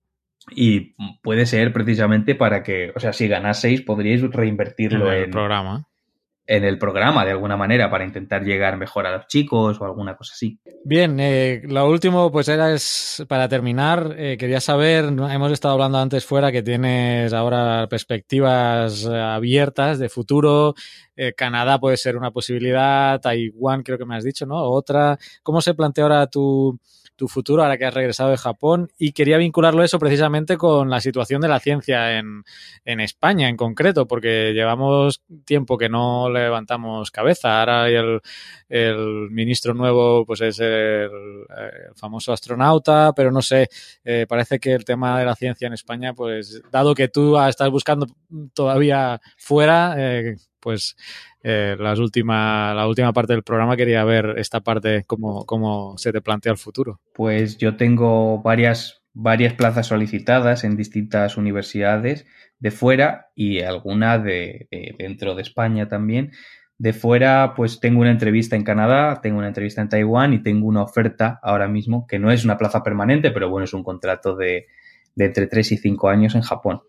Y puede ser precisamente para que, o sea, si ganaseis, podríais reinvertirlo en el programa. En el programa, de alguna manera, para intentar llegar mejor a los chicos o alguna cosa así. Bien, lo último, pues es para terminar, quería saber, hemos estado hablando antes fuera que tienes ahora perspectivas abiertas de futuro, Canadá puede ser una posibilidad, Taiwán creo que me has dicho, ¿no? Otra, ¿cómo se plantea ahora tu futuro ahora que has regresado de Japón? Y quería vincularlo eso precisamente con la situación de la ciencia en España en concreto, porque llevamos tiempo que no levantamos cabeza. Ahora hay el ministro nuevo pues es el famoso astronauta, pero no sé, parece que el tema de la ciencia en España, pues dado que tú estás buscando todavía fuera, pues la última parte del programa quería ver esta parte, cómo se te plantea el futuro. Pues yo tengo varias plazas solicitadas en distintas universidades de fuera y alguna de dentro de España también. De fuera, pues tengo una entrevista en Canadá, tengo una entrevista en Taiwán y tengo una oferta ahora mismo, que no es una plaza permanente, pero bueno, es un contrato de entre 3 y 5 años en Japón.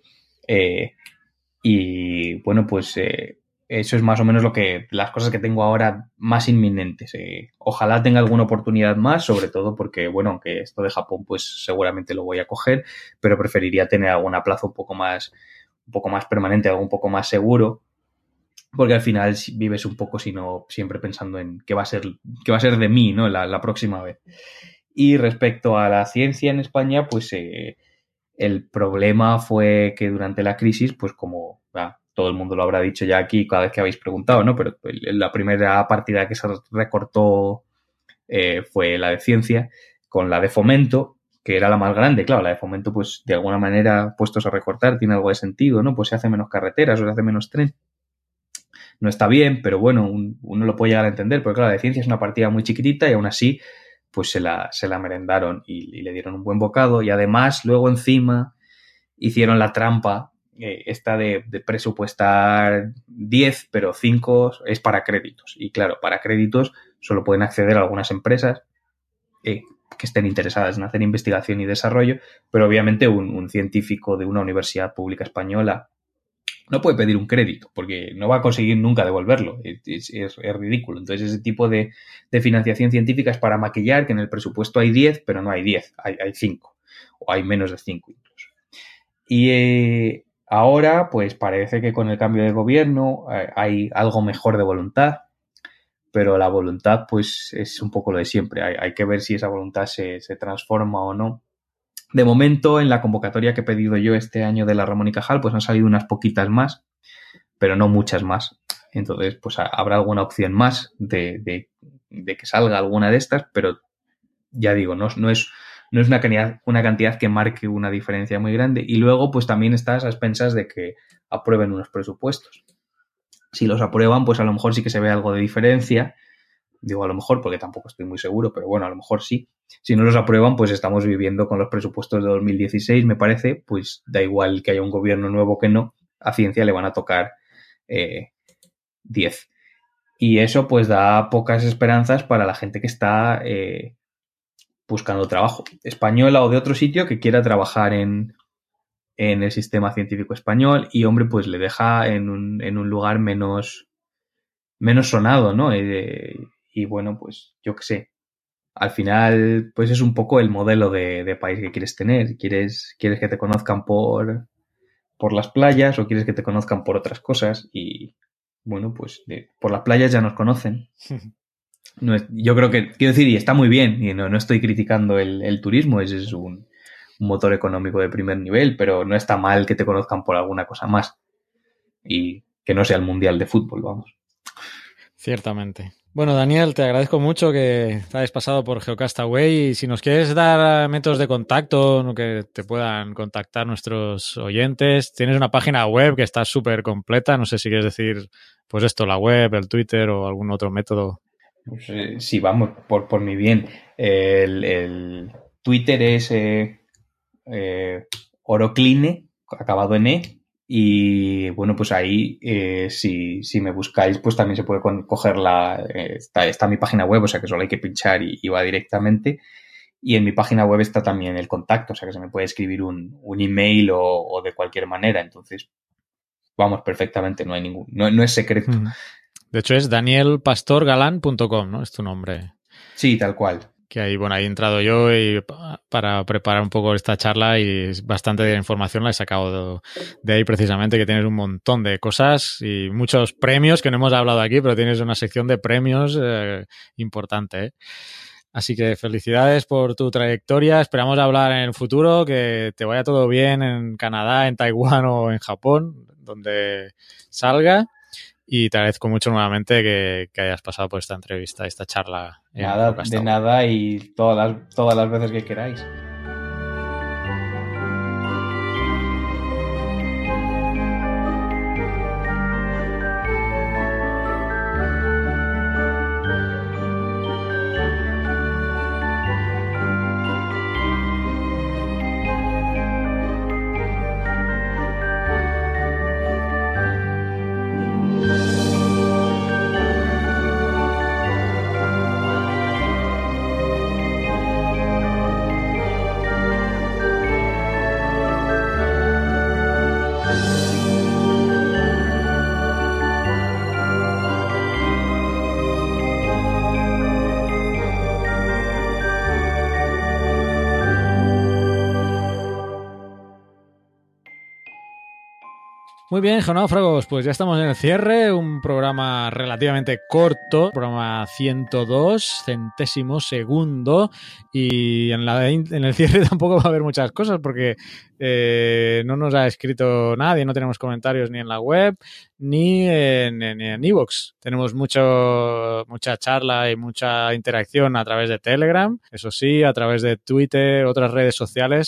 Y bueno, pues eso es más o menos las cosas que tengo ahora más inminentes. Ojalá tenga alguna oportunidad más, sobre todo porque, bueno, aunque esto de Japón, pues seguramente lo voy a coger, pero preferiría tener alguna plaza un poco más permanente, algo un poco más seguro, porque al final vives un poco, sino siempre pensando en qué va a ser de mí, ¿no? La próxima vez. Y respecto a la ciencia en España, pues el problema fue que durante la crisis, pues como todo el mundo lo habrá dicho ya aquí cada vez que habéis preguntado, ¿no? Pero la primera partida que se recortó fue la de ciencia, con la de fomento, que era la más grande. Claro, la de fomento, pues de alguna manera, puestos a recortar, tiene algo de sentido, ¿no? Pues se hace menos carreteras o se hace menos tren. No está bien, pero bueno, uno lo puede llegar a entender, porque claro, la de ciencia es una partida muy chiquitita y aún así pues se la merendaron y le dieron un buen bocado, y además luego encima hicieron la trampa esta de presupuestar 10, pero 5 es para créditos. Y claro, para créditos solo pueden acceder a algunas empresas que estén interesadas en hacer investigación y desarrollo, pero obviamente un científico de una universidad pública española no puede pedir un crédito porque no va a conseguir nunca devolverlo. Es ridículo. Entonces, ese tipo de financiación científica es para maquillar que en el presupuesto hay 10, pero no hay 10, hay 5 o hay menos de 5 incluso. Y ahora, pues parece que con el cambio de gobierno hay algo mejor de voluntad, pero la voluntad pues es un poco lo de siempre. Hay que ver si esa voluntad se transforma o no. De momento, en la convocatoria que he pedido yo este año de la Ramón y Cajal, pues han salido unas poquitas más, pero no muchas más. Entonces, pues habrá alguna opción más de que salga alguna de estas, pero ya digo, no es una cantidad que marque una diferencia muy grande. Y luego, pues también estás a expensas de que aprueben unos presupuestos. Si los aprueban, pues a lo mejor sí que se ve algo de diferencia. Digo a lo mejor porque tampoco estoy muy seguro, pero bueno, a lo mejor sí. Si no los aprueban, pues estamos viviendo con los presupuestos de 2016, me parece, pues da igual que haya un gobierno nuevo que no, a ciencia le van a tocar 10. Y eso pues da pocas esperanzas para la gente que está buscando trabajo, española o de otro sitio que quiera trabajar en el sistema científico español y, hombre, pues le deja en un lugar menos sonado, ¿no? Y bueno, pues yo qué sé. Al final, pues es un poco el modelo de país que quieres tener. ¿Quieres que te conozcan por las playas o quieres que te conozcan por otras cosas? Y bueno, pues por las playas ya nos conocen. Yo creo que, quiero decir, y está muy bien, y no estoy criticando el turismo, ese es un motor económico de primer nivel, pero no está mal que te conozcan por alguna cosa más y que no sea el Mundial de Fútbol, vamos. Ciertamente. Bueno, Daniel, te agradezco mucho que te hayas pasado por Geocastaway y si nos quieres dar métodos de contacto, que te puedan contactar nuestros oyentes, tienes una página web que está súper completa, no sé si quieres decir, pues esto, la web, el Twitter o algún otro método. Pues, sí, vamos, por mi bien. El Twitter es Orocline, acabado en E. Y bueno, pues ahí, si me buscáis, pues también se puede coger está mi página web, o sea que solo hay que pinchar y va directamente. Y en mi página web está también el contacto, o sea que se me puede escribir un email o de cualquier manera. Entonces, vamos, perfectamente, no es secreto. De hecho, es danielpastorgalan.com, ¿no? Es tu nombre. Sí, tal cual. Que ahí, bueno, ahí he entrado yo y para preparar un poco esta charla y bastante de información la he sacado de ahí precisamente, que tienes un montón de cosas y muchos premios que no hemos hablado aquí, pero tienes una sección de premios importante, ¿eh? Así que felicidades por tu trayectoria. Esperamos hablar en el futuro, que te vaya todo bien en Canadá, en Taiwán o en Japón, donde salga. Y te agradezco mucho nuevamente que hayas pasado por esta entrevista, esta charla. Nada, de nada y todas las veces que queráis. Muy bien, geonáufragos, pues ya estamos en el cierre, un programa relativamente corto, programa 102, 100º, y en el cierre tampoco va a haber muchas cosas porque no nos ha escrito nadie, no tenemos comentarios ni en la web ni en iVoox. Tenemos mucha charla y mucha interacción a través de Telegram, eso sí, a través de Twitter, otras redes sociales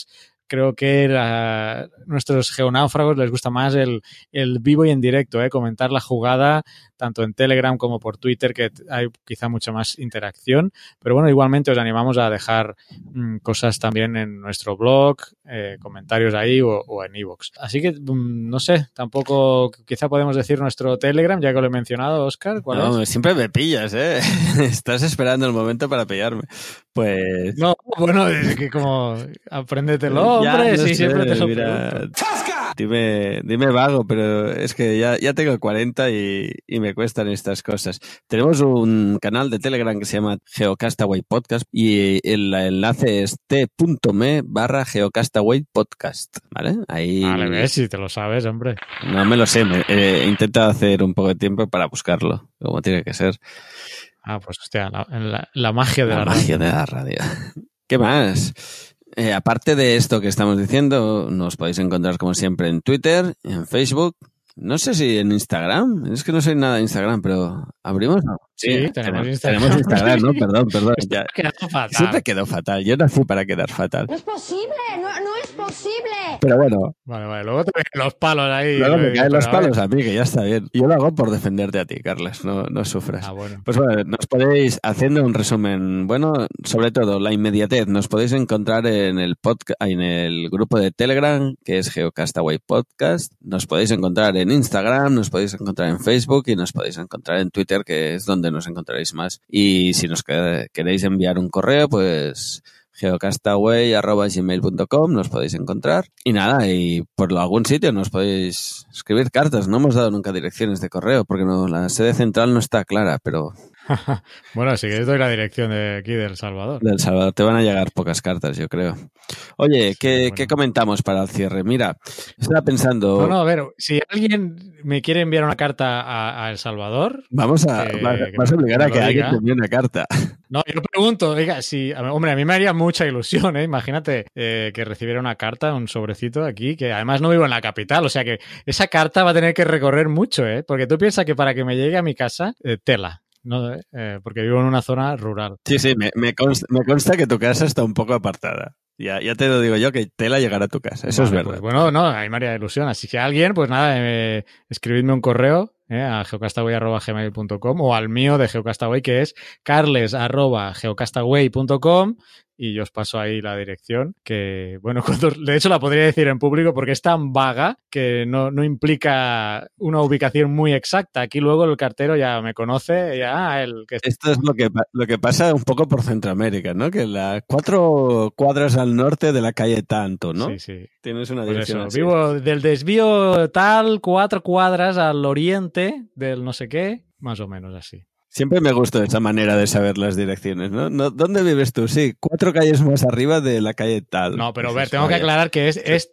creo que nuestros geonáufragos les gusta más el vivo y en directo, comentar la jugada tanto en Telegram como por Twitter, que hay quizá mucha más interacción. Pero bueno, igualmente os animamos a dejar cosas también en nuestro blog, comentarios ahí o en iVoox. Así que, no sé, tampoco quizá podemos decir nuestro Telegram, ya que lo he mencionado, Óscar. ¿Cuál es? Siempre me pillas, ¿eh? Estás esperando el momento para pillarme. Pues... No, bueno, es que como apréndetelo, hombre, sí, siempre te lo pregunto. Dime vago, pero es que ya tengo 40 y me cuestan estas cosas. Tenemos un canal de Telegram que se llama Geocastaway Podcast y el enlace es t.me/Geocastaway Podcast, ¿vale? Ahí... Vale, ves, si te lo sabes, hombre. No me lo sé, he intentado hacer un poco de tiempo para buscarlo, como tiene que ser. Pues hostia, la magia de la radio. magia de la radio. ¿Qué más? Aparte de esto que estamos diciendo, nos podéis encontrar como siempre en Twitter, en Facebook, no sé si en Instagram, es que no soy nada de Instagram, pero ¿abrimos? No. Sí, tenemos Instagram. Tenemos Instagram, ¿no? Perdón. Ya. Fatal. Siempre quedó fatal, yo nací para quedar fatal. No es posible, no es posible. Pero bueno. Vale, luego te caen los palos ahí. Luego me caen los palos a mí, que ya está bien. Yo lo hago por defenderte a ti, Carles, no sufras. Bueno. Pues bueno, nos podéis, haciendo un resumen, bueno, sobre todo la inmediatez, nos podéis encontrar en el grupo de Telegram, que es Geocastaway Podcast, nos podéis encontrar en Instagram, nos podéis encontrar en Facebook y nos podéis encontrar en Twitter, que es donde nos encontraréis más. Y si nos queréis enviar un correo, pues geocastaway@gmail.com nos podéis encontrar. Y nada, y por algún sitio nos podéis escribir cartas. No hemos dado nunca direcciones de correo porque la sede central no está clara, pero... Bueno, si queréis doy la dirección de aquí de El Salvador. Del Salvador te van a llegar pocas cartas, yo creo. Oye, ¿qué comentamos para el cierre? Mira, estaba pensando... No, a ver, si alguien me quiere enviar una carta a El Salvador... vas a obligar a que alguien te envíe una carta. No, yo pregunto, oiga, hombre, a mí me haría mucha ilusión, ¿eh? Imagínate que recibiera una carta, un sobrecito aquí, que además no vivo en la capital, o sea que esa carta va a tener que recorrer mucho, ¿eh? Porque tú piensas que para que me llegue a mi casa, tela. No, porque vivo en una zona rural. Sí, me consta que tu casa está un poco apartada. Ya te lo digo yo, que tela llegará a tu casa. Eso es verdad. Pues bueno, no, a mí me haría ilusión. Así que alguien, pues nada, escribidme un correo a geocastaway@gmail.com o al mío de Geocastaway, que es carles@geocastaway.com, y yo os paso ahí la dirección, que, bueno, de hecho la podría decir en público porque es tan vaga que no implica una ubicación muy exacta. Aquí luego el cartero ya me conoce, Esto es lo que pasa un poco por Centroamérica, ¿no? Que 4 cuadras al norte de la calle tanto, ¿no? Sí. Tienes una pues dirección eso, así. Vivo del desvío tal, 4 cuadras al oriente del no sé qué, más o menos así. Siempre me gustó esa manera de saber las direcciones, ¿no? ¿Dónde vives tú? Sí, 4 calles más arriba de la calle tal. No, pero tengo que aclarar que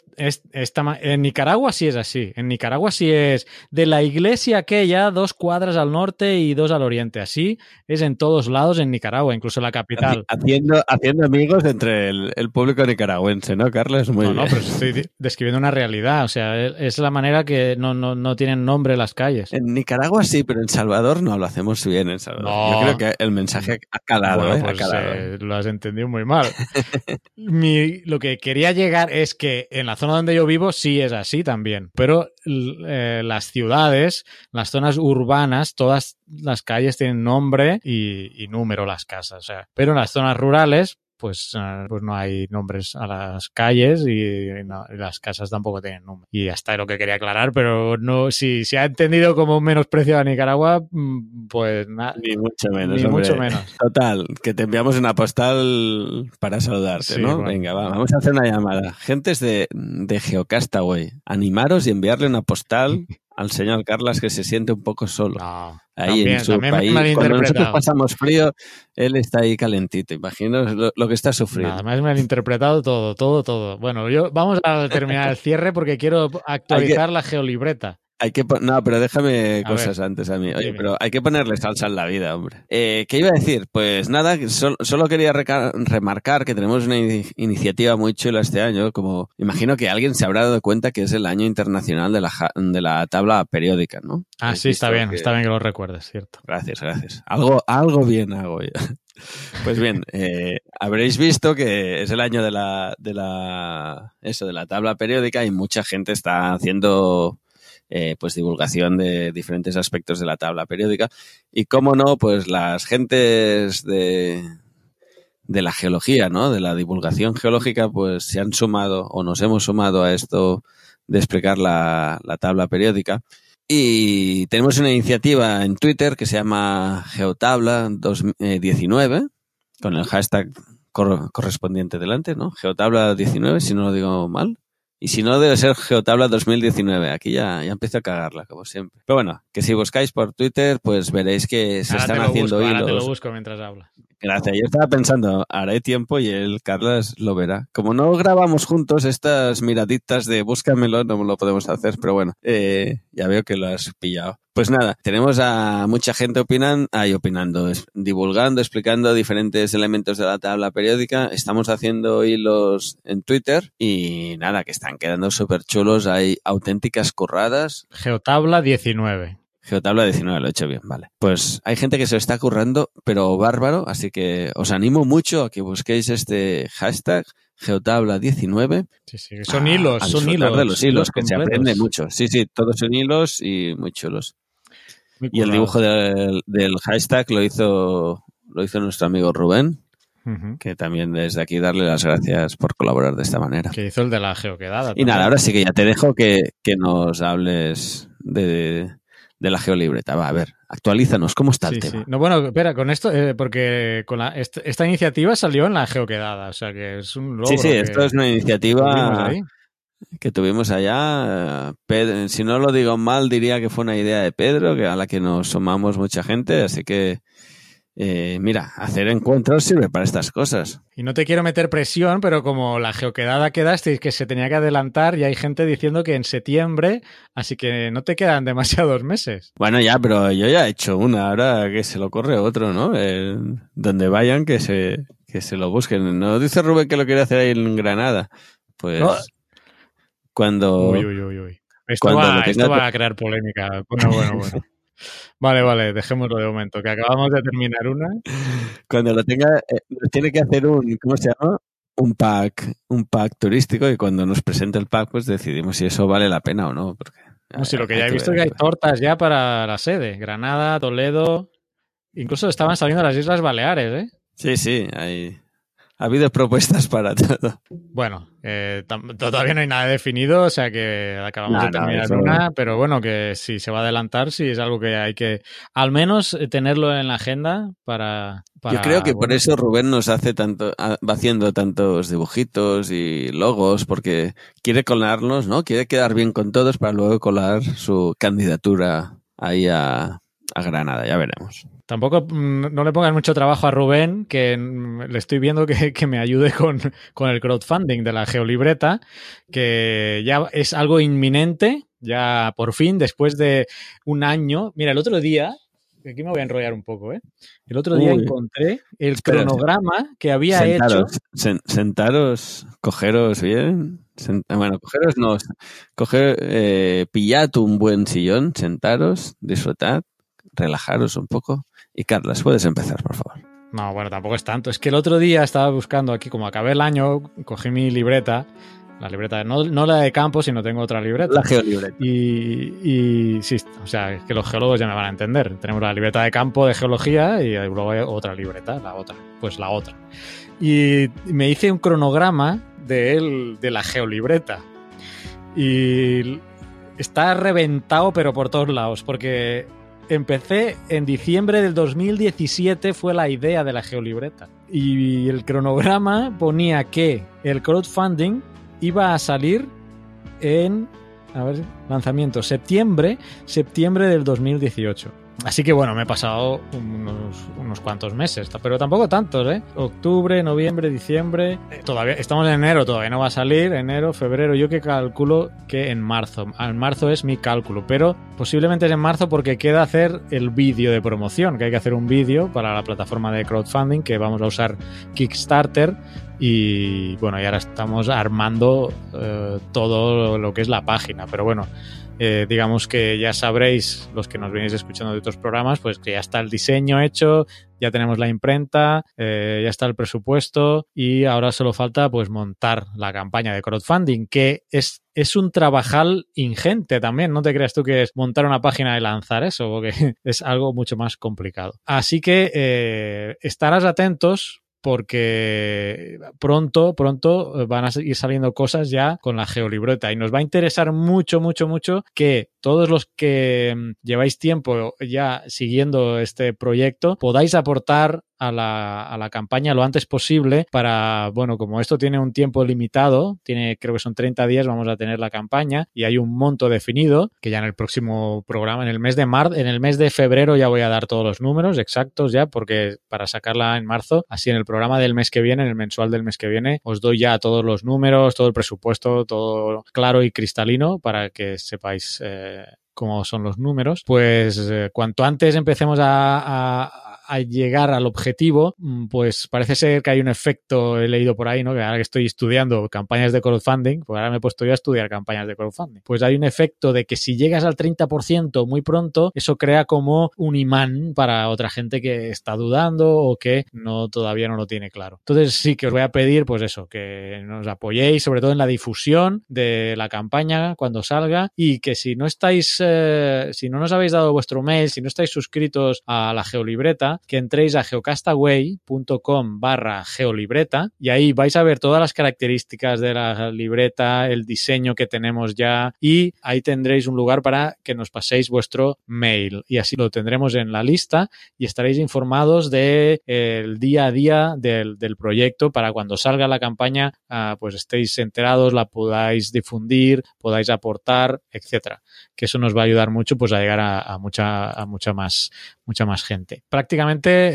en Nicaragua sí es así. En Nicaragua sí es de la iglesia aquella, 2 cuadras al norte y 2 al oriente. Así es en todos lados en Nicaragua, incluso en la capital. Haciendo amigos entre el público nicaragüense, ¿no, Carles? Muy bien. No, pero estoy describiendo una realidad. O sea, es la manera que no tienen nombre las calles. En Nicaragua sí, pero en Salvador no lo hacemos bien. En Salvador. No. Yo creo que el mensaje ha calado, bueno, pues, ha calado. Lo has entendido muy mal. Lo que quería llegar es que en la zona donde yo vivo sí es así también, pero las ciudades, las zonas urbanas, todas las calles tienen nombre y número las casas. O sea, pero en las zonas rurales pues no hay nombres a las calles y las casas tampoco tienen nombre. Y hasta lo que quería aclarar, pero no, si se ha entendido como un menosprecio a Nicaragua, pues nada. Ni mucho menos. Ni hombre. mucho menos. Total, que te enviamos una postal para saludarte, sí, ¿no? Bueno. Venga, vamos a hacer una llamada. Gentes de Geocastaway, animaros y enviarle una postal al señor Carlas, que se siente un poco solo. No, ahí en su país. Cuando nosotros pasamos frío, él está ahí calentito. Imaginaos lo que está sufriendo. Nada más me han interpretado todo. Bueno, vamos a terminar el cierre porque quiero actualizar la geolibreta. No, pero déjame cosas antes a mí. Oye, pero hay que ponerle salsa en la vida, hombre. ¿Qué iba a decir? Pues nada, solo quería remarcar que tenemos una iniciativa muy chula este año. Como imagino que alguien se habrá dado cuenta que es el año internacional de la tabla periódica, ¿no? Ah, sí, está bien que lo recuerdes, cierto. Gracias. Algo bien hago yo. Pues bien, habréis visto que es el año de la tabla periódica y mucha gente está haciendo pues divulgación de diferentes aspectos de la tabla periódica. Y cómo no, pues las gentes de la geología, ¿no? De la divulgación geológica, pues se han sumado o nos hemos sumado a esto de explicar la tabla periódica. Y tenemos una iniciativa en Twitter que se llama Geotabla 19, con el hashtag correspondiente delante, ¿no? Geotabla 19, si no lo digo mal. Y si no, debe ser Geotabla 2019. Aquí ya empiezo a cagarla, como siempre. Pero bueno, que si buscáis por Twitter, pues veréis que se están haciendo hilos. Ahora te lo busco mientras hablas. Gracias. Yo estaba pensando, haré tiempo y el Carlas lo verá. Como no grabamos juntos estas miraditas de búscamelo, no lo podemos hacer, pero bueno, ya veo que lo has pillado. Pues nada, tenemos a mucha gente opinando, divulgando, explicando diferentes elementos de la tabla periódica. Estamos haciendo hilos en Twitter y nada, que están quedando súper chulos. Hay auténticas curradas. Geotabla 19. Geotabla 19, lo he hecho bien, vale. Pues hay gente que se lo está currando, pero bárbaro, así que os animo mucho a que busquéis este hashtag Geotabla 19. Sí, son hilos, son hilos. De los hilos, que completos. se aprende mucho. Sí, todos son hilos y muy chulos. Y el dibujo del hashtag lo hizo nuestro amigo Rubén, que también desde aquí darle las gracias por colaborar de esta manera. Que hizo el de la geoquedada. Y nada, ahora sí que ya te dejo que nos hables de la geolibreta. Va, a ver, actualízanos, ¿cómo está el tema? Sí. No, bueno, espera, con esto, porque con esta iniciativa salió en la geoquedada, o sea que es un logro. Sí, esto es una iniciativa que tuvimos allá. Pedro, si no lo digo mal, diría que fue una idea de Pedro, a la que nos sumamos mucha gente, así que mira, hacer encuentros sirve para estas cosas. Y no te quiero meter presión, pero como la geoquedada quedasteis que se tenía que adelantar y hay gente diciendo que en septiembre, así que no te quedan demasiados meses. Bueno, ya, pero yo ya he hecho una, ahora que se lo corre otro, ¿no? Donde vayan que se lo busquen. ¿No dice Rubén que lo quiere hacer ahí en Granada? Pues no. Cuando... Uy. Esto va a crear polémica. Bueno. Vale, dejémoslo de momento, que acabamos de terminar una. Cuando lo tenga, nos tiene que hacer ¿cómo se llama? Un pack turístico, y cuando nos presente el pack, pues decidimos si eso vale la pena o no. Porque, lo que ya he visto es que hay tortas ya para la sede. Granada, Toledo, incluso estaban saliendo las Islas Baleares, ¿eh? Sí, ha habido propuestas para todo. Bueno, todavía no hay nada definido, o sea que acabamos de terminar una, pero bueno, que si se va a adelantar, sí es algo que hay que al menos tenerlo en la agenda para yo creo que por eso Rubén nos va haciendo tantos dibujitos y logos, porque quiere colarnos, ¿no? Quiere quedar bien con todos para luego colar su candidatura ahí a Granada, ya veremos. Tampoco no le pongas mucho trabajo a Rubén, que le estoy viendo que me ayude con el crowdfunding de la geolibreta, que ya es algo inminente, ya por fin, después de un año. Mira, el otro día, aquí me voy a enrollar un poco, ¿eh? El otro día encontré el cronograma que había hecho. Sentaros, cogeros bien. Bueno, cogeros no. Pillad un buen sillón, sentaros, disfrutad, relajaros un poco. Y Carlas, puedes empezar, por favor. No, bueno, tampoco es tanto. Es que el otro día estaba buscando aquí, como acabé el año, cogí mi libreta, la libreta, no la de campo, sino tengo otra libreta. La geolibreta. Y sí, o sea, es que los geólogos ya me van a entender. Tenemos la libreta de campo de geología y luego hay otra libreta, la otra. Y me hice un cronograma de la geolibreta. Y está reventado, pero por todos lados, porque empecé en diciembre del 2017, fue la idea de la geolibreta. Y el cronograma ponía que el crowdfunding iba a salir en, lanzamiento, septiembre del 2018. Así que bueno, me he pasado unos cuantos meses, pero tampoco tantos, ¿eh? Octubre, noviembre, diciembre. Todavía estamos en enero, todavía no va a salir. Enero, febrero, yo que calculo que en marzo. En marzo es mi cálculo, pero posiblemente es en marzo porque queda hacer el vídeo de promoción, que hay que hacer un vídeo para la plataforma de crowdfunding que vamos a usar Kickstarter. Y bueno, y ahora estamos armando todo lo que es la página, pero bueno. digamos que ya sabréis, los que nos venís escuchando de otros programas, pues que ya está el diseño hecho, ya tenemos la imprenta, ya está el presupuesto y ahora solo falta pues montar la campaña de crowdfunding, que es un trabajal ingente también. No te creas tú que es montar una página y lanzar eso, porque es algo mucho más complicado. Así que estarás atentos, porque pronto van a ir saliendo cosas ya con la geolibreta y nos va a interesar mucho que todos los que lleváis tiempo ya siguiendo este proyecto podáis aportar a la campaña lo antes posible para, bueno, como esto tiene un tiempo limitado, creo que son 30 días, vamos a tener la campaña y hay un monto definido que ya en el próximo programa, en el mes de febrero ya voy a dar todos los números exactos ya, porque para sacarla en marzo, así en el programa del mes que viene, en el mensual del mes que viene, os doy ya todos los números, todo el presupuesto, todo claro y cristalino para que sepáis cómo son los números. Pues cuanto antes empecemos a llegar al objetivo, pues parece ser que hay un efecto, he leído por ahí, ¿no? Que ahora que estoy estudiando campañas de crowdfunding, pues ahora me he puesto yo a estudiar campañas de crowdfunding. Pues hay un efecto de que si llegas al 30% muy pronto, eso crea como un imán para otra gente que está dudando o que todavía no lo tiene claro. Entonces sí que os voy a pedir, pues eso, que nos apoyéis, sobre todo en la difusión de la campaña cuando salga, y que si no nos habéis dado vuestro mail, si no estáis suscritos a la geolibreta, que entréis a geocastaway.com/geolibreta y ahí vais a ver todas las características de la libreta, el diseño que tenemos ya, y ahí tendréis un lugar para que nos paséis vuestro mail y así lo tendremos en la lista y estaréis informados del día a día del proyecto para cuando salga la campaña pues estéis enterados, la podáis difundir, podáis aportar, etcétera. Que eso nos va a ayudar mucho pues a llegar a mucha más gente. Prácticamente,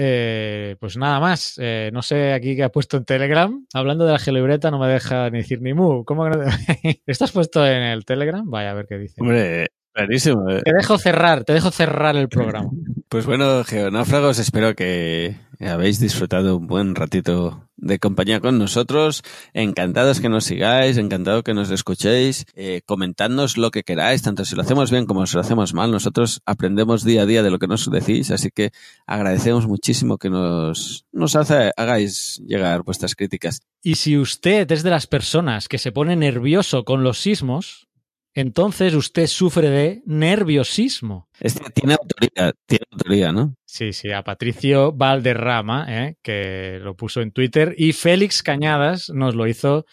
pues nada más. No sé aquí qué ha puesto en Telegram. Hablando de la geolibreta no me deja ni decir ni mu. ¿Cómo que no ¿Estás puesto en el Telegram? Vaya, a ver qué dice. Hombre, clarísimo. Te dejo cerrar el programa. Pues bueno, geonáufragos, espero que habéis disfrutado un buen ratito de compañía con nosotros. Encantados que nos sigáis, encantado que nos escuchéis. Comentadnos lo que queráis, tanto si lo hacemos bien como si lo hacemos mal. Nosotros aprendemos día a día de lo que nos decís, así que agradecemos muchísimo que nos hagáis llegar vuestras críticas. Y si usted es de las personas que se pone nervioso con los sismos, entonces usted sufre de nerviosismo. Tiene autoría, ¿no? Sí, a Patricio Valderrama, que lo puso en Twitter, y Félix Cañadas nos lo hizo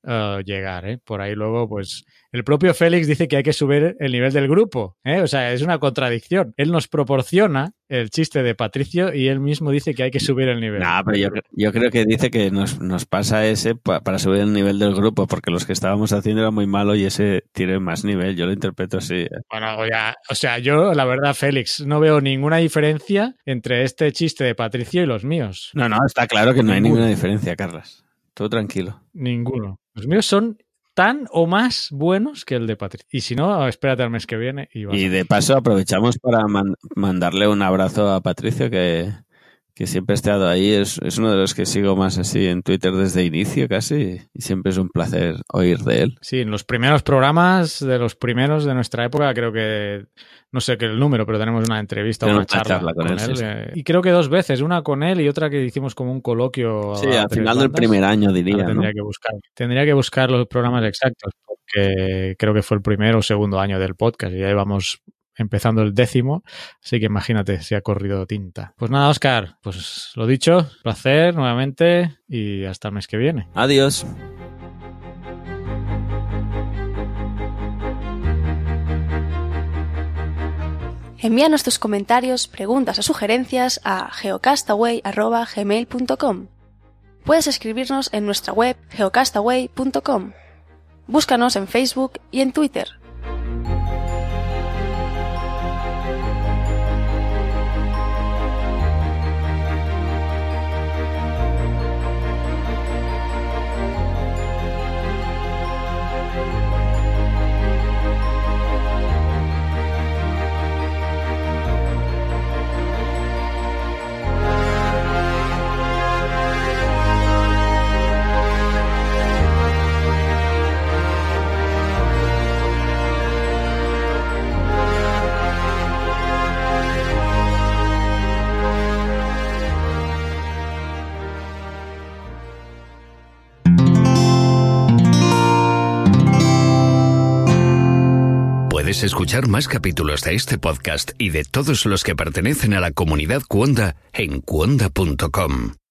llegar, Por ahí luego, pues, el propio Félix dice que hay que subir el nivel del grupo, O sea, es una contradicción. Él nos proporciona el chiste de Patricio y él mismo dice que hay que subir el nivel. No, pero yo creo que dice que nos pasa ese para subir el nivel del grupo, porque los que estábamos haciendo era muy malo y ese tiene más nivel. Yo lo interpreto así. Bueno, ya, o sea, yo, la verdad, Félix, no veo ninguna diferencia entre este chiste de Patricio y los míos. No, está claro que no hay ninguna diferencia, Carlas. Todo tranquilo. Ninguno. Los míos son tan o más buenos que el de Patricio. Y si no, espérate al mes que viene. Y de paso aprovechamos para mandarle un abrazo a Patricio, que siempre ha estado ahí. Es uno de los que sigo más así en Twitter desde inicio casi. Y siempre es un placer oír de él. Sí, en los primeros programas, de los primeros de nuestra época, creo que... No sé qué es el número, pero tenemos una entrevista, una charla con él. Sí. Y creo que 2 veces, una con él y otra que hicimimos como un coloquio. Sí, al final del primer año, diría. Tendría que buscar los programas exactos, porque creo que fue el primer o segundo año del podcast y ya íbamos empezando el 10º, así que imagínate si ha corrido tinta. Pues nada, Óscar, pues lo dicho, placer nuevamente y hasta el mes que viene. Adiós. Envíanos tus comentarios, preguntas o sugerencias a geocastaway@gmail.com. Puedes escribirnos en nuestra web geocastaway.com. Búscanos en Facebook y en Twitter. Puedes escuchar más capítulos de este podcast y de todos los que pertenecen a la comunidad Cuonda en cuonda.com.